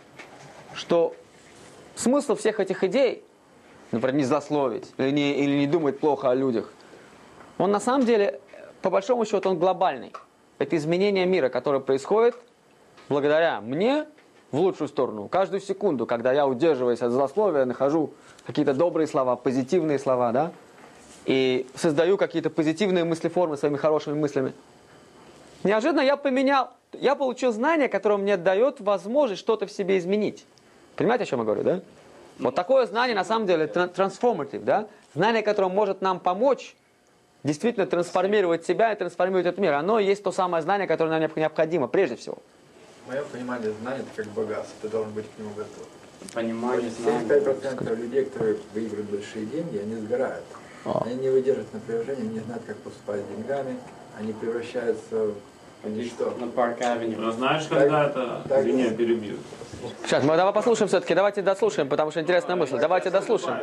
что смысл всех этих идей, например, не злословить или не, или не думать плохо о людях, он на самом деле, по большому счету, он глобальный. Это изменение мира, которое происходит благодаря мне в лучшую сторону. Каждую секунду, когда я, удерживаясь от злословия, нахожу какие-то добрые слова, позитивные слова, да, и создаю какие-то позитивные мыслеформы своими хорошими мыслями. Неожиданно я поменял, я получил знание, которое мне дает возможность что-то в себе изменить. Понимаете, о чем я говорю, да? Вот такое знание, на самом деле, трансформатив, да? Знание, которое может нам помочь действительно трансформировать себя и трансформировать этот мир. Оно и есть то самое знание, которое нам необходимо, прежде всего. Мое понимание знания — это как богатство, ты должен быть к нему готов. Понимание семьдесят пять процентов людей, которые выигрывают большие деньги, они сгорают. О. Они не выдерживают напряжения, они не знают, как поступать с деньгами, они превращаются в ничто. На Парк Авеню. Ну, знаешь, когда это... так- Извини, я перебью. Сейчас, мы давай послушаем все-таки, давайте дослушаем, потому что интересная мысль. Давайте дослушаем.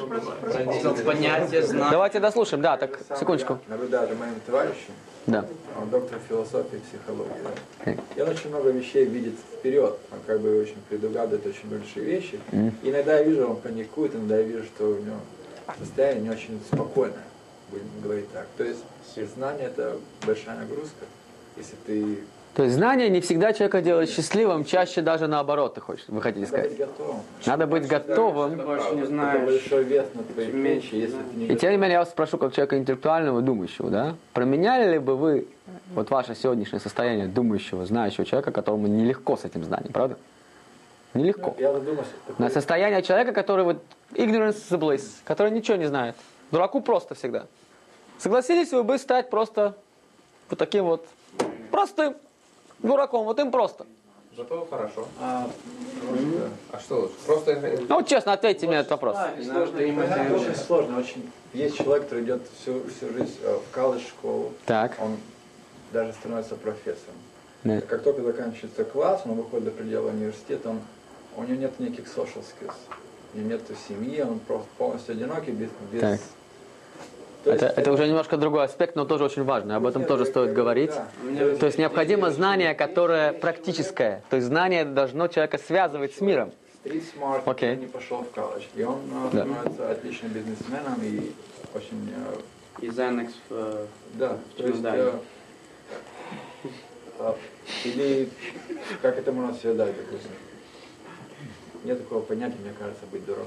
Понятие знания. Давайте дослушаем, да, так, секундочку. Я наблюдаю за моим товарищем, Да. он доктор философии и психологии, да. Окей. И он очень много вещей видит вперед, он как бы очень предугадывает очень большие вещи. И иногда я вижу, он паникует, иногда я вижу, что у него состояние не очень спокойное, будем говорить так. То есть знание — это большая нагрузка, если ты... То есть знание не всегда человека делает счастливым, чаще даже наоборот, ты хочешь, вы хотите Надо быть сказать. готовым. Надо быть готовым. Больше не Это знаешь. большой вес на твоей Чем меньше плечи, если ты не И тем не менее, я вас спрошу, как человека интеллектуального, думающего, да? Променяли ли бы вы вот ваше сегодняшнее состояние думающего, знающего человека, которому нелегко с этим знанием, правда? Нелегко. Я задумался, На состояние человека, который вот ignorance is bliss, который ничего не знает. Дураку просто всегда. Согласились вы бы стать просто вот таким вот простым дураком, вот им просто. Зато хорошо. А, просто, А что лучше? Просто... Ну вот честно, ответьте мне на этот вопрос. и сложно, и понять очень сложно. Очень. Есть человек, который идет всю, всю жизнь э, в колледж-школу, Так. он даже становится профессором. Да. Как только заканчивается класс, он выходит до предела университета, он, у него нет никаких social skills. У него нет семьи, он просто полностью одинокий, без... без... Так. То Это, есть это уже немножко другой аспект, но тоже очень важный. Об этом тоже стоит говорить. Да. То есть необходимо знание, которое практическое. То есть знание должно человека связывать с миром. Street smart, Окей. он не пошел в колледж. И он э, Да. становится отличным бизнесменом и очень... э, И Xanax в... э, да, в то есть... чемодане. э, э, или как это можно связать, допустим? Нет такого понятия, мне кажется, быть дураком.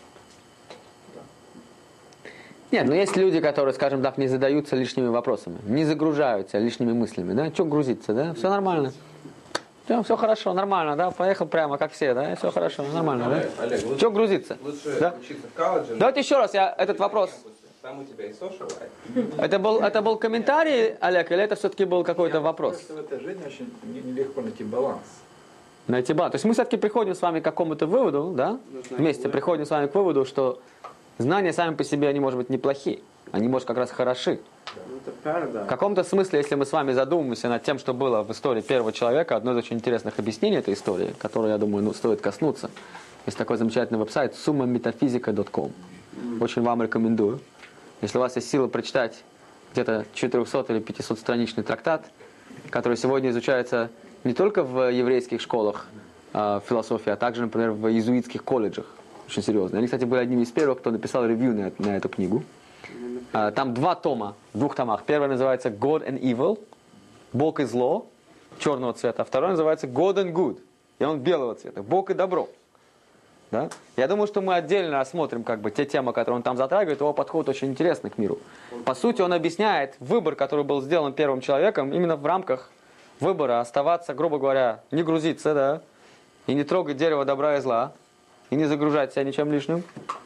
Нет, но есть люди, которые, скажем так, не задаются лишними вопросами, не загружаются лишними мыслями, да? Че грузиться, да? Все нормально. Все, все хорошо, нормально, да? Поехал прямо, как все, да? Все хорошо, нормально, да? Олег, Олег, лучше, Че грузиться? лучше Да? учиться в колледже. Давайте еще раз я этот вопрос. Там у тебя и social life. Это был, это был комментарий, Олег, или это все-таки был какой-то вопрос? Просто в этой жизни очень не- нелегко найти баланс. Найти баланс. То есть мы все-таки приходим с вами к какому-то выводу, да? Нужно Вместе вывод. приходим с вами к выводу, что знания сами по себе, они, может быть, неплохие. Они, может, как раз хороши. Ну, это правда. В каком-то смысле, если мы с вами задумаемся над тем, что было в истории первого человека, одно из очень интересных объяснений этой истории, которое, я думаю, ну, стоит коснуться, есть такой замечательный веб-сайт сумма метафизика точка ком. Очень вам рекомендую. Если у вас есть сила прочитать где-то четыреста или пятьсот страничный трактат, который сегодня изучается не только в еврейских школах э, философии, а также, например, в иезуитских колледжах. Очень серьезно. Они, кстати, были одними из первых, кто написал ревью на, на эту книгу. А, там два тома, в двух томах. Первый называется God and Evil, Бог и зло, черного цвета. А второй называется God and Good, и он белого цвета, Бог и добро. Да? Я думаю, что мы отдельно рассмотрим как бы те темы, которые он там затрагивает. Его подход очень интересный к миру. По сути, он объясняет выбор, который был сделан первым человеком, именно в рамках выбора оставаться, грубо говоря, не грузиться, да, и не трогать дерево добра и зла, и не загружать себя ничем лишним.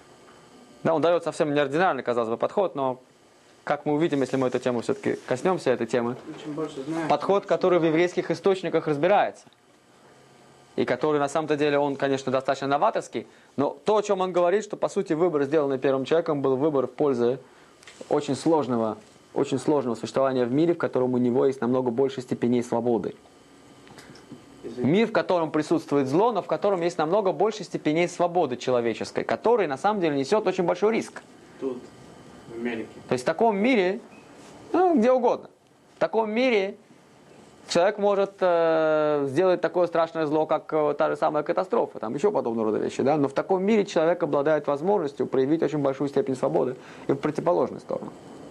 Да, он дает совсем неординарный, казалось бы, подход, но, как мы увидим, если мы эту тему все-таки коснемся, этой темы, Чем больше знаешь, подход, который в еврейских источниках разбирается. И который, на самом-то деле, он, конечно, достаточно новаторский, но то, о чем он говорит, что, по сути, выбор, сделанный первым человеком, был выбор в пользу очень сложного, очень сложного существования в мире, в котором у него есть намного больше степеней свободы. Мир, в котором присутствует зло, но в котором есть намного больше степеней свободы человеческой, который, на самом деле, несет очень большой риск. тут, в Америке. То есть в таком мире, ну, где угодно, в таком мире человек может э, сделать такое страшное зло, как э, та же самая катастрофа, там еще подобного рода вещи, да? Но в таком мире человек обладает возможностью проявить очень большую степень свободы и в противоположную сторону.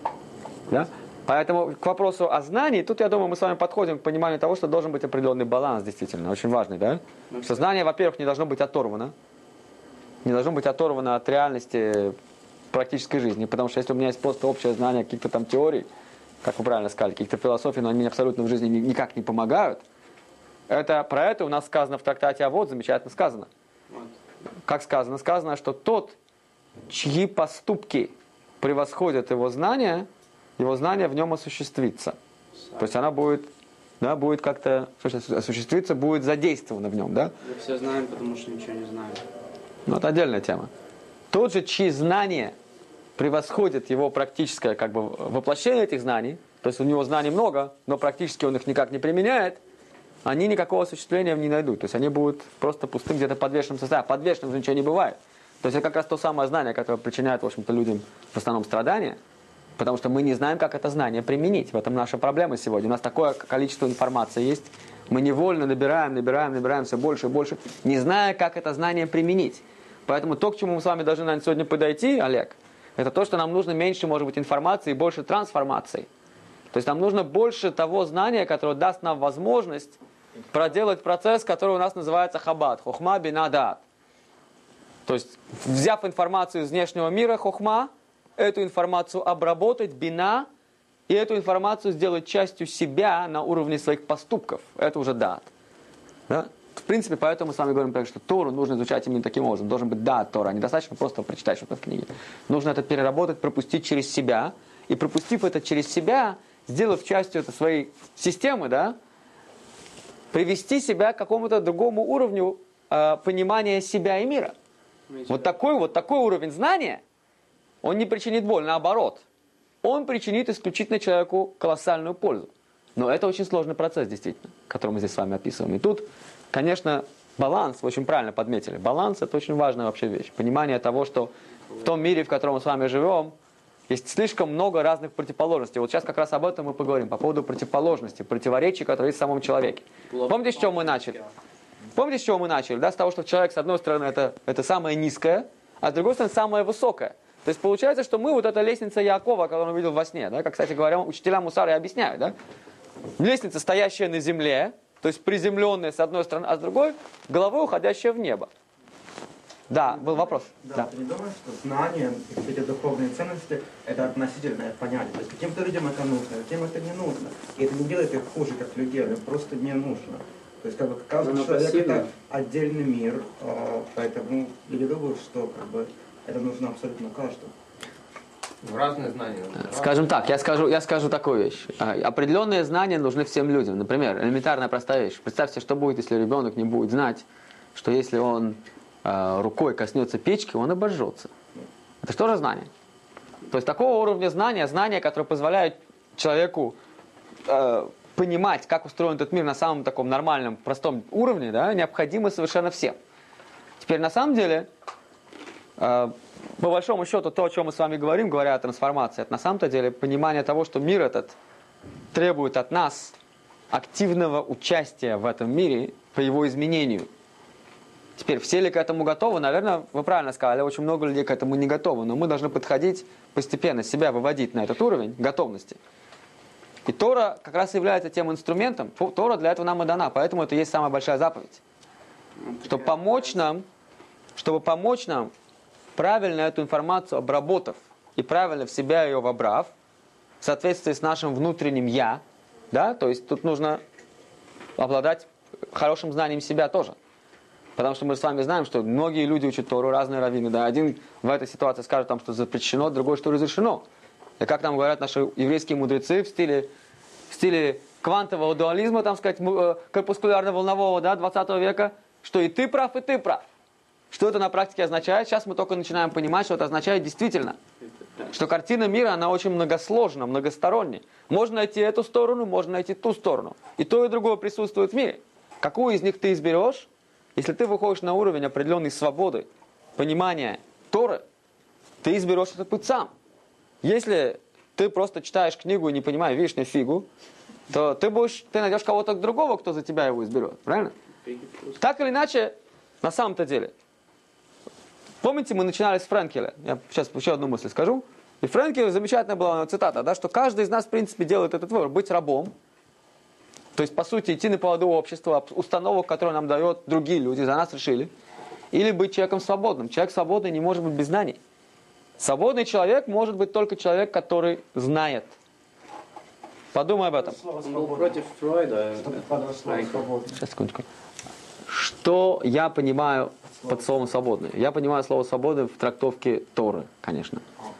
Да? Поэтому к вопросу о знании, тут, я думаю, мы с вами подходим к пониманию того, что должен быть определенный баланс, действительно, очень важный, да? Что знание, во-первых, не должно быть оторвано, не должно быть оторвано от реальности практической жизни, потому что если у меня есть просто общее знание каких-то там теорий, как вы правильно сказали, каких-то философий, но они мне абсолютно в жизни ни- никак не помогают, это, про это у нас сказано в трактате «Авод», замечательно сказано. Вот. Как сказано? Сказано, что тот, чьи поступки превосходят его знания, его знание в нем осуществится. То есть она будет, да, будет как-то осуществиться, будет задействована в нем, да? Мы все знаем, потому что ничего не знаем. Ну, это отдельная тема. Тот же, чьи знания превосходят его практическое как бы воплощение этих знаний, то есть у него знаний много, но практически он их никак не применяет, они никакого осуществления не найдут. То есть они будут просто пустым, где-то подвешенным состоянием. Подвешенным же ничего не бывает. То есть это как раз то самое знание, которое причиняет, в общем-то, людям в основном страдания, потому что мы не знаем, как это знание применить. В этом наша проблема сегодня. У нас такое количество информации есть, мы невольно набираем, набираем, набираем все больше и больше, не зная, как это знание применить. Поэтому то, к чему мы с вами должны, наверное, сегодня подойти, Олег, это то, что нам нужно меньше, может быть, информации и больше трансформации. То есть нам нужно больше того знания, которое даст нам возможность проделать процесс, который у нас называется хаббат, хохма бина даат. То есть, взяв информацию из внешнего мира, хохма, эту информацию обработать, бина, и эту информацию сделать частью себя на уровне своих поступков. Это уже даат. Да? В принципе, поэтому мы с вами говорим, что Тору нужно изучать именно таким образом. Должен быть даат Тора, недостаточно просто прочитать что-то в книге. Нужно это переработать, пропустить через себя. И пропустив это через себя, сделав частью это своей системы, да, привести себя к какому-то другому уровню э, понимания себя и мира. Вот такой, вот такой уровень знания, он не причинит боль, наоборот. Он причинит исключительно человеку колоссальную пользу. Но это очень сложный процесс, действительно, который мы здесь с вами описываем. И тут, конечно, баланс, вы очень правильно подметили, баланс – это очень важная вообще вещь. Понимание того, что в том мире, в котором мы с вами живем, есть слишком много разных противоположностей. Вот сейчас как раз об этом мы поговорим, по поводу противоположности, противоречий, которые есть в самом человеке. Помните, с чего мы начали? Помните, с чего мы начали? Да? С того, что человек, с одной стороны, это, это самое низкое, а с другой стороны, самое высокое. То есть получается, что мы вот эта лестница Якова, которую он видел во сне, да? Как, кстати говоря, учителя Мусара и объясняют, да? Лестница, стоящая на земле, то есть приземленная с одной стороны, а с другой головой уходящая в небо. Да, был вопрос. Да, Да. ты не думаешь, что знания и эти духовные ценности – это относительное понятие? То есть каким-то людям это нужно, каким это не нужно. И это не делает их хуже, как людей, им просто не нужно. То есть как бы каждый Ну, человек – спасибо. это отдельный мир, э, поэтому я не думаю, что как бы, это нужно абсолютно каждому. Ну, разные знания. нужны. Скажем так, я скажу, я скажу такую вещь. А, Определенные знания нужны всем людям. Например, элементарная простая вещь. Представьте, что будет, если ребенок не будет знать, что если он э, рукой коснется печки, он обожжется. Это что же знание? То есть такого уровня знания, знания, которые позволяют человеку э, понимать, как устроен этот мир на самом таком нормальном, простом уровне, да, необходимы совершенно всем. Теперь на самом деле, э, по большому счету, то, о чем мы с вами говорим, говоря о трансформации, это на самом-то деле понимание того, что мир этот требует от нас активного участия в этом мире по его изменению. Теперь, все ли к этому готовы? Наверное, вы правильно сказали, очень много людей к этому не готовы, но мы должны подходить постепенно, себя выводить на этот уровень готовности. И Тора как раз является тем инструментом, Тора для этого нам и дана, поэтому это и есть самая большая заповедь. Чтобы помочь нам, чтобы помочь нам правильно эту информацию обработав и правильно в себя ее вобрав, в соответствии с нашим внутренним «я», да, то есть тут нужно обладать хорошим знанием себя тоже. Потому что мы с вами знаем, что многие люди учат Тору, разные раввины, да, один в этой ситуации скажет, там, что запрещено, другой, что разрешено. И как нам говорят наши еврейские мудрецы в стиле, в стиле квантового дуализма, там сказать, корпускулярно-волнового, да, двадцатого века, что и ты прав, и ты прав. Что это на практике означает? Сейчас мы только начинаем понимать, что это означает действительно. Что картина мира, она очень многосложна, многосторонняя. Можно найти эту сторону, можно найти ту сторону. И то, и другое присутствует в мире. Какую из них ты изберешь? Если ты выходишь на уровень определенной свободы, понимания Торы, ты изберешь этот путь сам. Если ты просто читаешь книгу и не понимаешь вишню фигу, то ты, будешь, ты найдешь кого-то другого, кто за тебя его изберет. Правильно? Так или иначе, на самом-то деле. Помните, мы начинали с Френкеля. Я сейчас еще одну мысль скажу. И Френкеля замечательная была цитата, да, что каждый из нас, в принципе, делает этот выбор. Быть рабом. То есть, по сути, идти на поводу общества, установок, которые нам дают другие люди, за нас решили. Или быть человеком свободным. Человек свободный не может быть без знаний. Свободный человек может быть только человек, который знает. Подумай об этом. Он был против Фройда. Сейчас, секундочку. Что я понимаю под словом «свободный»? Я понимаю слово «свободный» в трактовке Торы, конечно.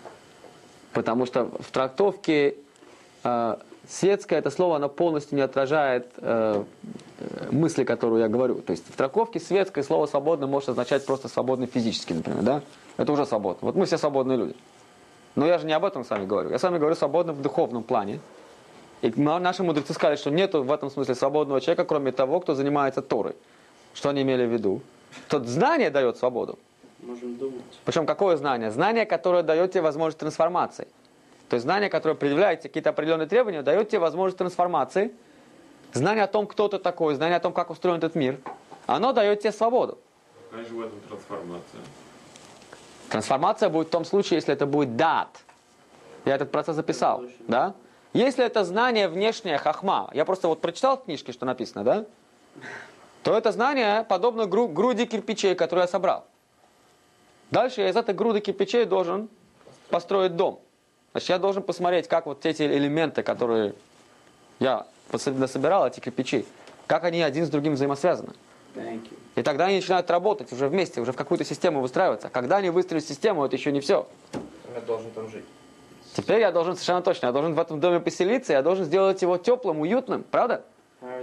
Потому что в трактовке э, светское это слово, оно полностью не отражает э, мысли, которую я говорю. То есть в трактовке светское слово «свободный» может означать просто «свободный» физически, например, да? Это уже свободно. Вот мы все свободные люди. Но я же не об этом с вами говорю. Я с вами говорю свободно в духовном плане. И наши мудрецы сказали, что нет в этом смысле свободного человека, кроме того, кто занимается Торой. Что они имели в виду? Тот знание дает свободу. Можем думать. Причем какое знание? Знание, которое дает тебе возможность трансформации. То есть знание, которое предъявляет тебе какие-то определенные требования, дает тебе возможность трансформации. Знание о том, кто ты такой, знание о том, как устроен этот мир, оно дает тебе свободу. Какая же в этом трансформация? Трансформация будет в том случае, если это будет дат. Я этот процесс записал. Да? Если это знание внешнее, хахма, я просто вот прочитал в книжке, что написано, да? То это знание подобно гру- груди кирпичей, которые я собрал. Дальше я из этой груды кирпичей должен построить дом. Значит, я должен посмотреть, как вот эти элементы, которые я насобирал, эти кирпичи, как они один с другим взаимосвязаны. Thank you. И тогда они начинают работать уже вместе, уже в какую-то систему выстраиваться. Когда они выстроят систему, это еще не все. Я должен там жить. Теперь я должен совершенно точно, я должен в этом доме поселиться, я должен сделать его теплым, уютным, правда? How are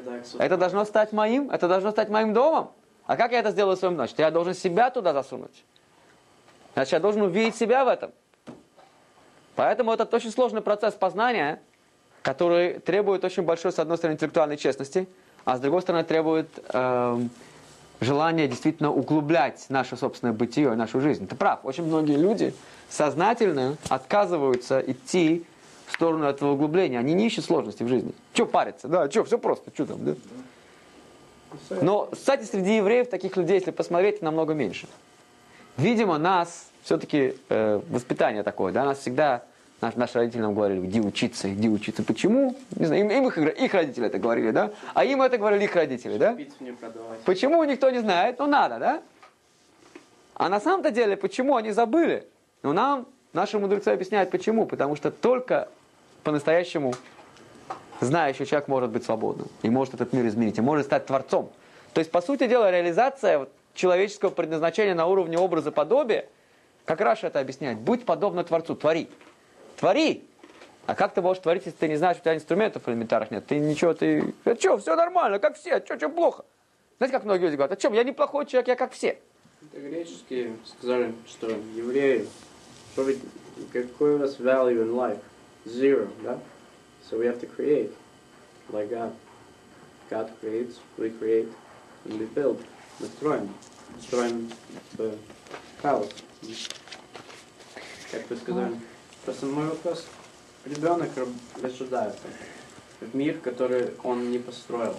paradox. Это должно стать моим, это должно стать моим домом. А как я это сделаю в своем доме? Я должен себя туда засунуть. Значит, я должен увидеть себя в этом. Поэтому это очень сложный процесс познания, который требует очень большой, с одной стороны, интеллектуальной честности, а с другой стороны, требует э, желания действительно углублять наше собственное бытие, нашу жизнь. Ты прав, очень многие люди сознательно отказываются идти в сторону этого углубления. Они не ищут сложностей в жизни. Че париться? Да, че, все просто, что там, да? Но, кстати, среди евреев таких людей, если посмотреть, намного меньше. Видимо, нас все-таки э, воспитание такое, да, нас всегда, наш, наши родители нам говорили, где учиться, где учиться, почему? Не знаю, им, им их, их родители это говорили, да, а им это говорили их родители, да? Почему, никто не знает, но надо, да? А на самом-то деле, почему они забыли? Но нам, наши мудрецы объясняют, почему, потому что только по-настоящему знающий человек может быть свободным, и может этот мир изменить, и может стать творцом. То есть, по сути дела, реализация человеческого предназначения на уровне образа подобия, как Раша это объясняет, будь подобно Творцу, твори. Твори! А как ты можешь творить, если ты не знаешь, у тебя инструментов элементарных нет? Ты ничего, ты... А что, все нормально, как все, а что, что плохо? Знаете, как многие люди говорят, а что, я не плохой человек, я как все. Это греческие сказали, что евреи, что ведь, какой у нас value in life? Zero, да? So we have to create, like God. God creates, we create, and we build. Мы строим. Строим the palace. Как вы сказали. Просто мой вопрос. Ребенок рассуждает в мир, который он не построил.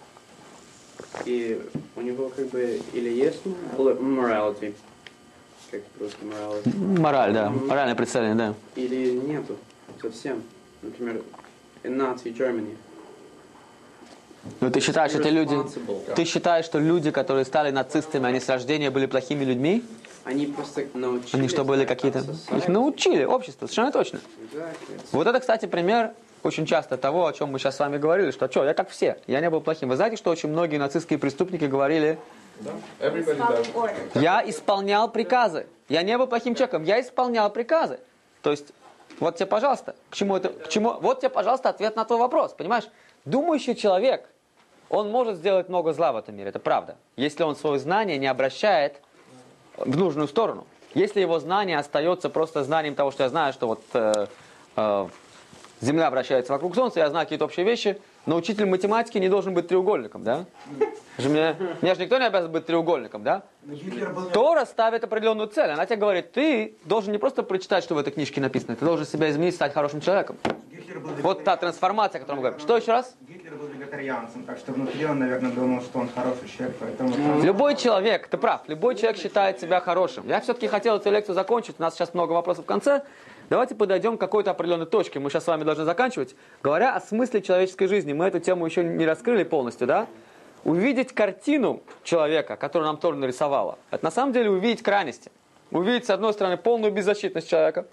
И у него как бы или есть morality, как просто morality. Мораль, да. Моральное представление, да. Или нету совсем. Например, in Nazi Germany. Ну ты считаешь, что эти люди... Ты считаешь, что люди, которые стали нацистами, они с рождения были плохими людьми? Они просто научились... Они что, были какие-то... Их научили, общество, совершенно точно. Вот это, кстати, пример очень часто того, о чем мы сейчас с вами говорили, что, что, я как все, я не был плохим. Вы знаете, что очень многие нацистские преступники говорили... Я исполнял приказы. Я не был плохим человеком, я исполнял приказы. То есть, вот тебе, пожалуйста, к чему это... К чему, вот тебе, пожалуйста, ответ на твой вопрос, понимаешь? Думающий человек, он может сделать много зла в этом мире, это правда. Если он свое знание не обращает в нужную сторону. Если его знание остается просто знанием того, что я знаю, что вот э, э, Земля вращается вокруг Солнца, я знаю какие-то общие вещи, но учитель математики не должен быть треугольником, да? Же мне, мне же никто не обязан быть треугольником, да? Тора ставит определенную цель. Она тебе говорит, ты должен не просто прочитать, что в этой книжке написано, ты должен себя изменить, стать хорошим человеком. Вот та трансформация, о которой мы говорим. Что еще раз? Гитлер был вегетарианцем, так что внутри он, наверное, думал, что он хороший человек, поэтому... Любой человек, ты прав, любой человек считает себя хорошим. Я все-таки хотел эту лекцию закончить, у нас сейчас много вопросов в конце. Давайте подойдем к какой-то определенной точке. Мы сейчас с вами должны заканчивать. Говоря о смысле человеческой жизни, мы эту тему еще не раскрыли полностью, да? Увидеть картину человека, которую нам Тора нарисовала, это на самом деле увидеть крайности. Увидеть, с одной стороны, полную беззащитность человека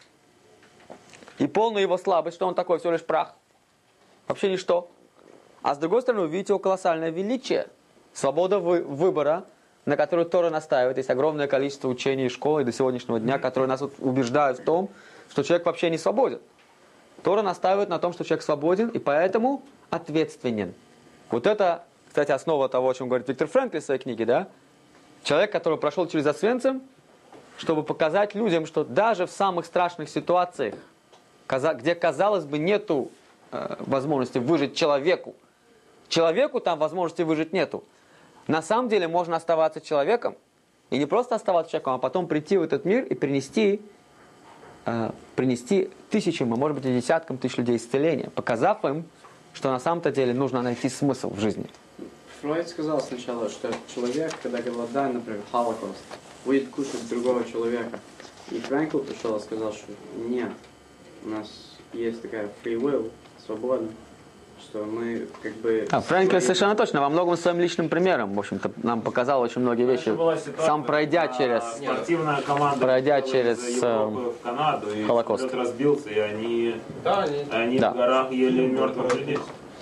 и полную его слабость, что он такой, всего лишь прах. Вообще ничто. А с другой стороны, увидеть его колоссальное величие. Свобода вы- выбора, на которую Тора настаивает. Есть огромное количество учений и школы до сегодняшнего дня, которые нас вот убеждают в том, что человек вообще не свободен. Тора настаивает на том, что человек свободен и поэтому ответственен. Вот это, кстати, основа того, о чем говорит Виктор Франкл в своей книге, да? Человек, который прошел через Освенцим, чтобы показать людям, что даже в самых страшных ситуациях, где, казалось бы, нету э, возможности выжить человеку, человеку там возможности выжить нету. На самом деле можно оставаться человеком, и не просто оставаться человеком, а потом прийти в этот мир и принести, э, принести тысячам, а может быть и десяткам тысяч людей исцеления, показав им, что на самом-то деле нужно найти смысл в жизни. Фройд сказал сначала, что человек, когда голодает, например, Холокост, будет кушать другого человека. И Франкл пришел и сказал, что нет, у нас есть такая free will, свобода, что мы как бы... А, Франкл совершенно точно, во многом своим личным примером, в общем-то, нам показал очень многие вещи, сам пройдя через... Спортивная команда пройдя через из Европы в Канаду, и Холокост. самолет разбился, и они, Да, они... они Да. в горах ели мертвых людей.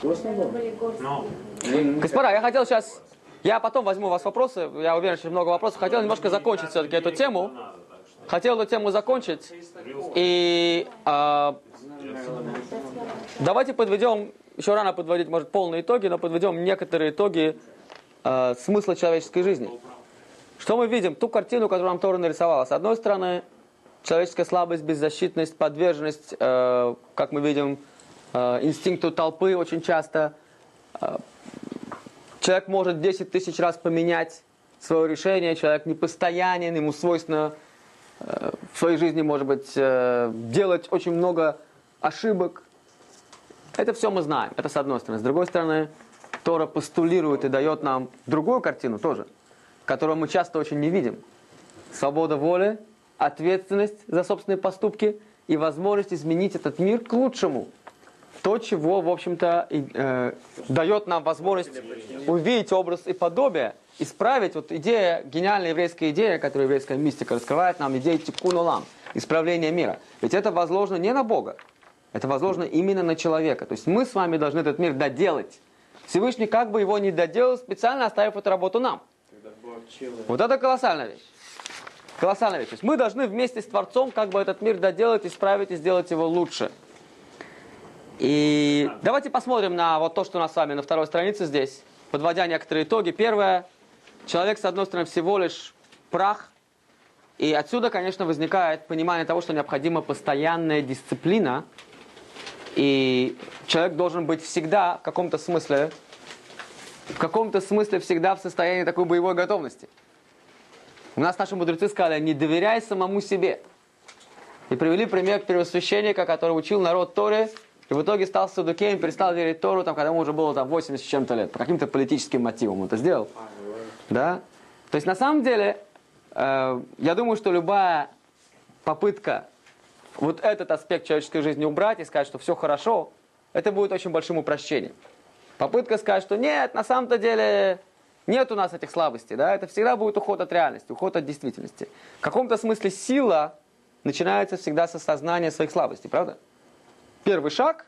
Но Господа, я хотел сейчас... Я потом возьму у вас вопросы, я уверен, что много вопросов. Хотел немножко закончить все-таки эту тему. Хотел эту тему закончить. И э, давайте подведем еще рано подводить, может, полные итоги, но подведем некоторые итоги э, смысла человеческой жизни. Что мы видим? Ту картину, которую нам Тора нарисовала. С одной стороны, человеческая слабость, беззащитность, подверженность, э, как мы видим, э, инстинкту толпы очень часто. Э, человек может десять тысяч раз поменять свое решение, человек непостоянен, ему свойственно э, в своей жизни, может быть, э, делать очень много ошибок. Это все мы знаем, это с одной стороны. С другой стороны, Тора постулирует и дает нам другую картину тоже, которую мы часто очень не видим. Свобода воли, ответственность за собственные поступки и возможность изменить этот мир к лучшему. То, чего, в общем-то, и, э, дает нам возможность увидеть образ и подобие, исправить. Вот идея, гениальная еврейская идея, которую еврейская мистика раскрывает нам, идея тиккун олам, исправления мира. Ведь это возложено не на Бога, это возложено именно на человека. То есть мы с вами должны этот мир доделать. Всевышний как бы его не доделал, специально оставив эту работу нам. Вот это колоссальная вещь. Колоссальная вещь. То есть мы должны вместе с Творцом как бы этот мир доделать, исправить и сделать его лучше. И давайте посмотрим на вот то, что у нас с вами на второй странице здесь, подводя некоторые итоги. Первое. Человек, с одной стороны, всего лишь прах. И отсюда, конечно, возникает понимание того, что необходима постоянная дисциплина. И человек должен быть всегда, в каком-то смысле, в каком-то смысле всегда в состоянии такой боевой готовности. У нас наши мудрецы сказали: не доверяй самому себе. И привели пример первосвященника, который учил народ Торе, и в итоге стал саддукеем, перестал верить Тору, там, когда ему уже было там, восемьдесят с чем-то лет. По каким-то политическим мотивам он это сделал. Да? То есть на самом деле, э, я думаю, что любая попытка вот этот аспект человеческой жизни убрать и сказать, что все хорошо, это будет очень большим упрощением. Попытка сказать, что нет, на самом-то деле нет у нас этих слабостей, да, это всегда будет уход от реальности, уход от действительности. В каком-то смысле сила начинается всегда с осознания своих слабостей, правда? Первый шаг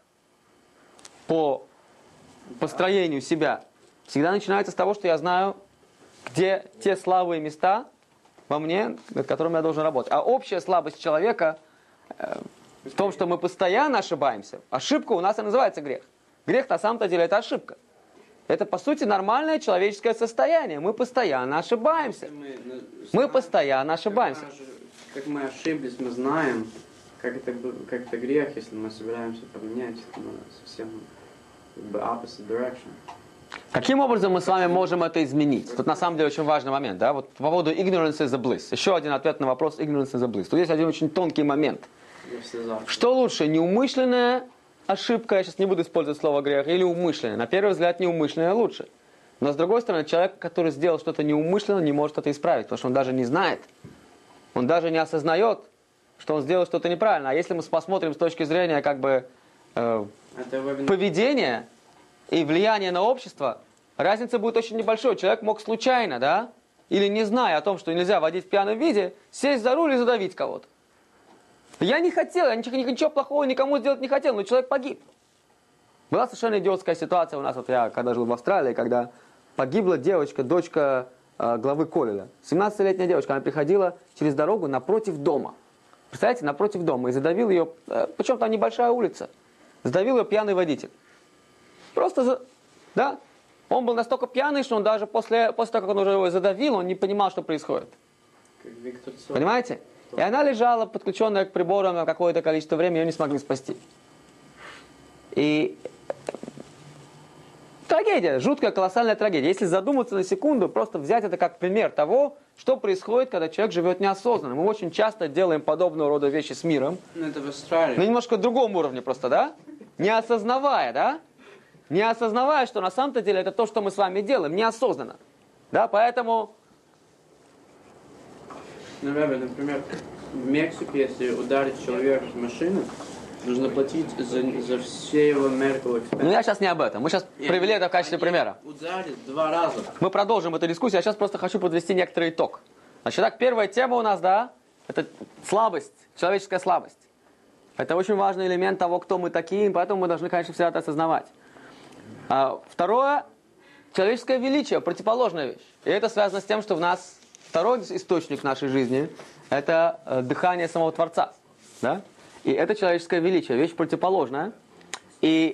по построению себя всегда начинается с того, что я знаю, где те слабые места во мне, над которыми я должен работать. А общая слабость человека э, в том, что мы постоянно ошибаемся. Ошибка у нас и называется грех. Грех на самом-то деле это ошибка. Это, по сути, нормальное человеческое состояние. Мы постоянно ошибаемся. Мы, ну, мы постоянно ошибаемся. Как мы ошиблись, мы знаем, как это, как это грех, если мы собираемся поменять, мы совсем как бы opposite direction. Каким образом мы с вами можем это изменить? Тут на самом деле очень важный момент, да? Вот по поводу ignorance is a bliss. Еще один ответ на вопрос ignorance is a bliss. Тут есть один очень тонкий момент. Что лучше, неумышленная ошибка, я сейчас не буду использовать слово грех, или умышленная? На первый взгляд, неумышленная лучше. Но с другой стороны, человек, который сделал что-то неумышленно, не может это исправить, потому что он даже не знает, он даже не осознает, что он сделал что-то неправильно. А если мы посмотрим с точки зрения как бы э, поведения и влияния на общество, разница будет очень небольшой. Человек мог случайно, да, или не зная о том, что нельзя водить в пьяном виде, сесть за руль и задавить кого-то. Я не хотел, я ничего, ничего плохого никому сделать не хотел, но человек погиб. Была совершенно идиотская ситуация у нас, вот я когда жил в Австралии, когда погибла девочка, дочка э, главы колледжа. семнадцатилетняя девочка, она приходила через дорогу напротив дома. Представляете, напротив дома. И задавил ее, э, причем там небольшая улица, задавил ее пьяный водитель. Просто, за, да, он был настолько пьяный, что он даже после, после того, как он уже его задавил, он не понимал, что происходит. Понимаете? И она лежала, подключенная к приборам на какое-то количество времени, ее не смогли спасти. И трагедия, жуткая, колоссальная трагедия. Если задуматься на секунду, просто взять это как пример того, что происходит, когда человек живет неосознанно. Мы очень часто делаем подобного рода вещи с миром. Ну, это в Австралии. На немножко другом уровне просто, да? Не осознавая, да? Не осознавая, что на самом-то деле это то, что мы с вами делаем, неосознанно. Да, поэтому... Ну, например, в Мексике, если ударить человека с машины, нужно платить за, за все его medical expenses. Ну, я сейчас не об этом. Мы сейчас Нет, привели это в качестве примера. Ударить два раза. Мы продолжим эту дискуссию. Я сейчас просто хочу подвести некоторый итог. Значит, так, первая тема у нас, да, это слабость, человеческая слабость. Это очень важный элемент того, кто мы такие, поэтому мы должны, конечно, всегда это осознавать. А, второе, человеческое величие, противоположная вещь. И это связано с тем, что в нас второй источник нашей жизни – это э, дыхание самого Творца. Да? И это человеческое величие, вещь противоположная. И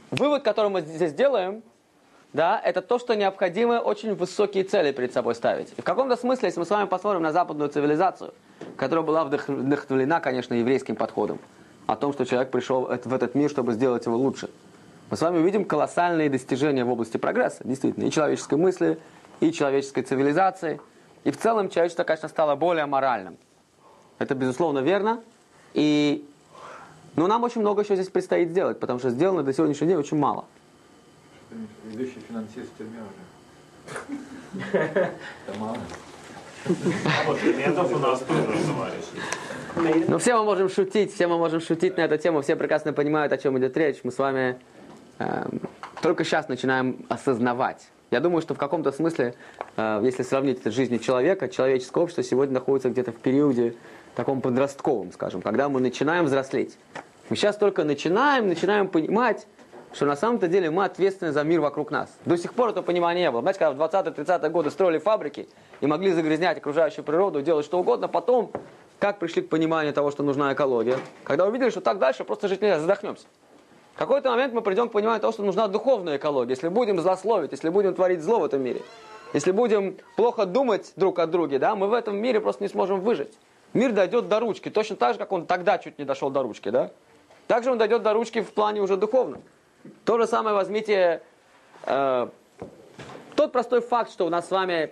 вывод, который мы здесь делаем, да, это то, что необходимо очень высокие цели перед собой ставить. И в каком-то смысле, если мы с вами посмотрим на западную цивилизацию, которая была вдохновлена, конечно, еврейским подходом, о том, что человек пришел в этот мир, чтобы сделать его лучше, мы с вами увидим колоссальные достижения в области прогресса, действительно, и человеческой мысли, и человеческой цивилизации. И в целом человечество, конечно, стало более моральным. Это, безусловно, верно. И... Но нам очень много еще здесь предстоит сделать, потому что сделано до сегодняшнего дня очень мало. Ведущий финансист в тюрьме уже. Это мало. А вот клиентов у нас тоже товарищи. Ну, все мы можем шутить, все мы можем шутить на эту тему, все прекрасно понимают, о чем идет речь. Мы с вами э, только сейчас начинаем осознавать. Я думаю, что в каком-то смысле, э, если сравнить это с жизнью человека, человеческое общество сегодня находится где-то в периоде таком подростковом, скажем, когда мы начинаем взрослеть. Мы сейчас только начинаем, начинаем понимать, что на самом-то деле мы ответственны за мир вокруг нас. До сих пор этого понимания не было. Знаете, когда в двадцатые-тридцатые годы строили фабрики и могли загрязнять окружающую природу, делать что угодно, потом, как пришли к пониманию того, что нужна экология, когда увидели, что так дальше просто жить нельзя, задохнемся. В какой-то момент мы придем к пониманию того, что нужна духовная экология. Если будем злословить, если будем творить зло в этом мире, если будем плохо думать друг о друге, да, мы в этом мире просто не сможем выжить. Мир дойдет до ручки, точно так же, как он тогда чуть не дошел до ручки, да? Также он дойдет до ручки в плане уже духовном. То же самое возьмите э, тот простой факт, что у нас с вами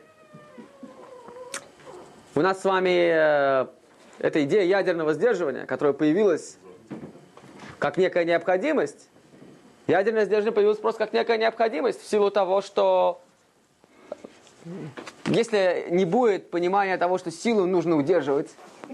у нас с вами э, эта идея ядерного сдерживания, которая появилась как некая необходимость. Ядерное сдерживание появилось просто как некая необходимость в силу того, что если не будет понимания того, что силу нужно удерживать,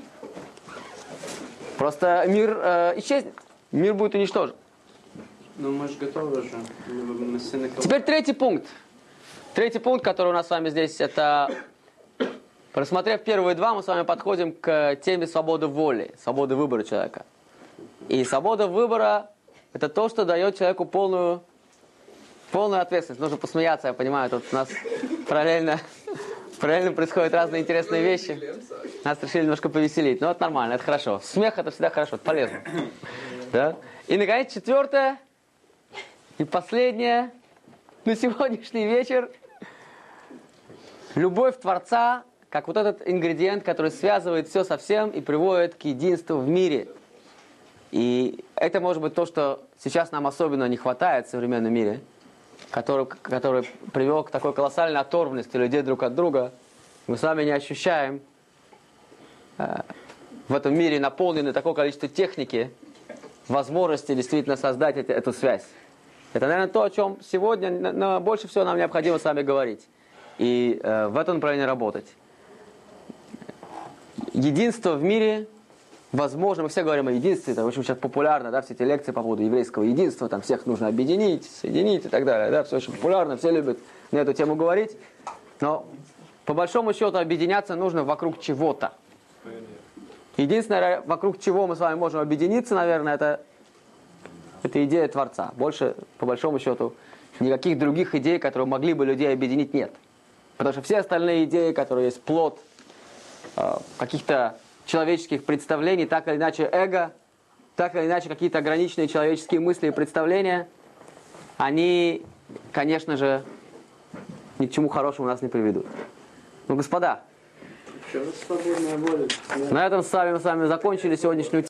просто мир э, исчезнет, мир будет уничтожен. Ну мы же готовы уже. Мы сыны кого- Теперь третий пункт. Третий пункт, который у нас с вами здесь, это, просмотрев первые два, мы с вами подходим к теме свободы воли, свободы выбора человека. И свобода выбора – это то, что дает человеку полную, полную ответственность. Нужно посмеяться, я понимаю, тут у нас параллельно, параллельно происходят разные интересные вещи. Нас решили немножко повеселить, но это нормально, это хорошо. Смех – это всегда хорошо, это полезно. Да? И, наконец, четвертое и последнее на сегодняшний вечер. Любовь Творца, как вот этот ингредиент, который связывает все со всем и приводит к единству в мире. И это может быть то, что сейчас нам особенно не хватает в современном мире, который, который привел к такой колоссальной оторванности людей друг от друга. Мы с вами не ощущаем э, в этом мире, наполненное такое количество техники, возможности действительно создать эти, эту связь. Это, наверное, то, о чем сегодня на, на, больше всего нам необходимо с вами говорить. И э, в этом направлении работать. Единство в мире возможно. Мы все говорим о единстве. Это очень сейчас популярно, да, все эти лекции по поводу еврейского единства. Там всех нужно объединить, соединить и так далее. Да, все очень популярно, все любят на эту тему говорить. Но по большому счету объединяться нужно вокруг чего-то. Единственное, вокруг чего мы с вами можем объединиться, наверное, это, это идея Творца. Больше, по большому счету, никаких других идей, которые могли бы людей объединить, нет. Потому что все остальные идеи, которые есть плод э, каких-то человеческих представлений, так или иначе эго, так или иначе какие-то ограниченные человеческие мысли и представления, они, конечно же, ни к чему хорошему нас не приведут. Ну, господа, Что за свободная воля? на этом с вами, мы с вами закончили сегодняшнюю тему.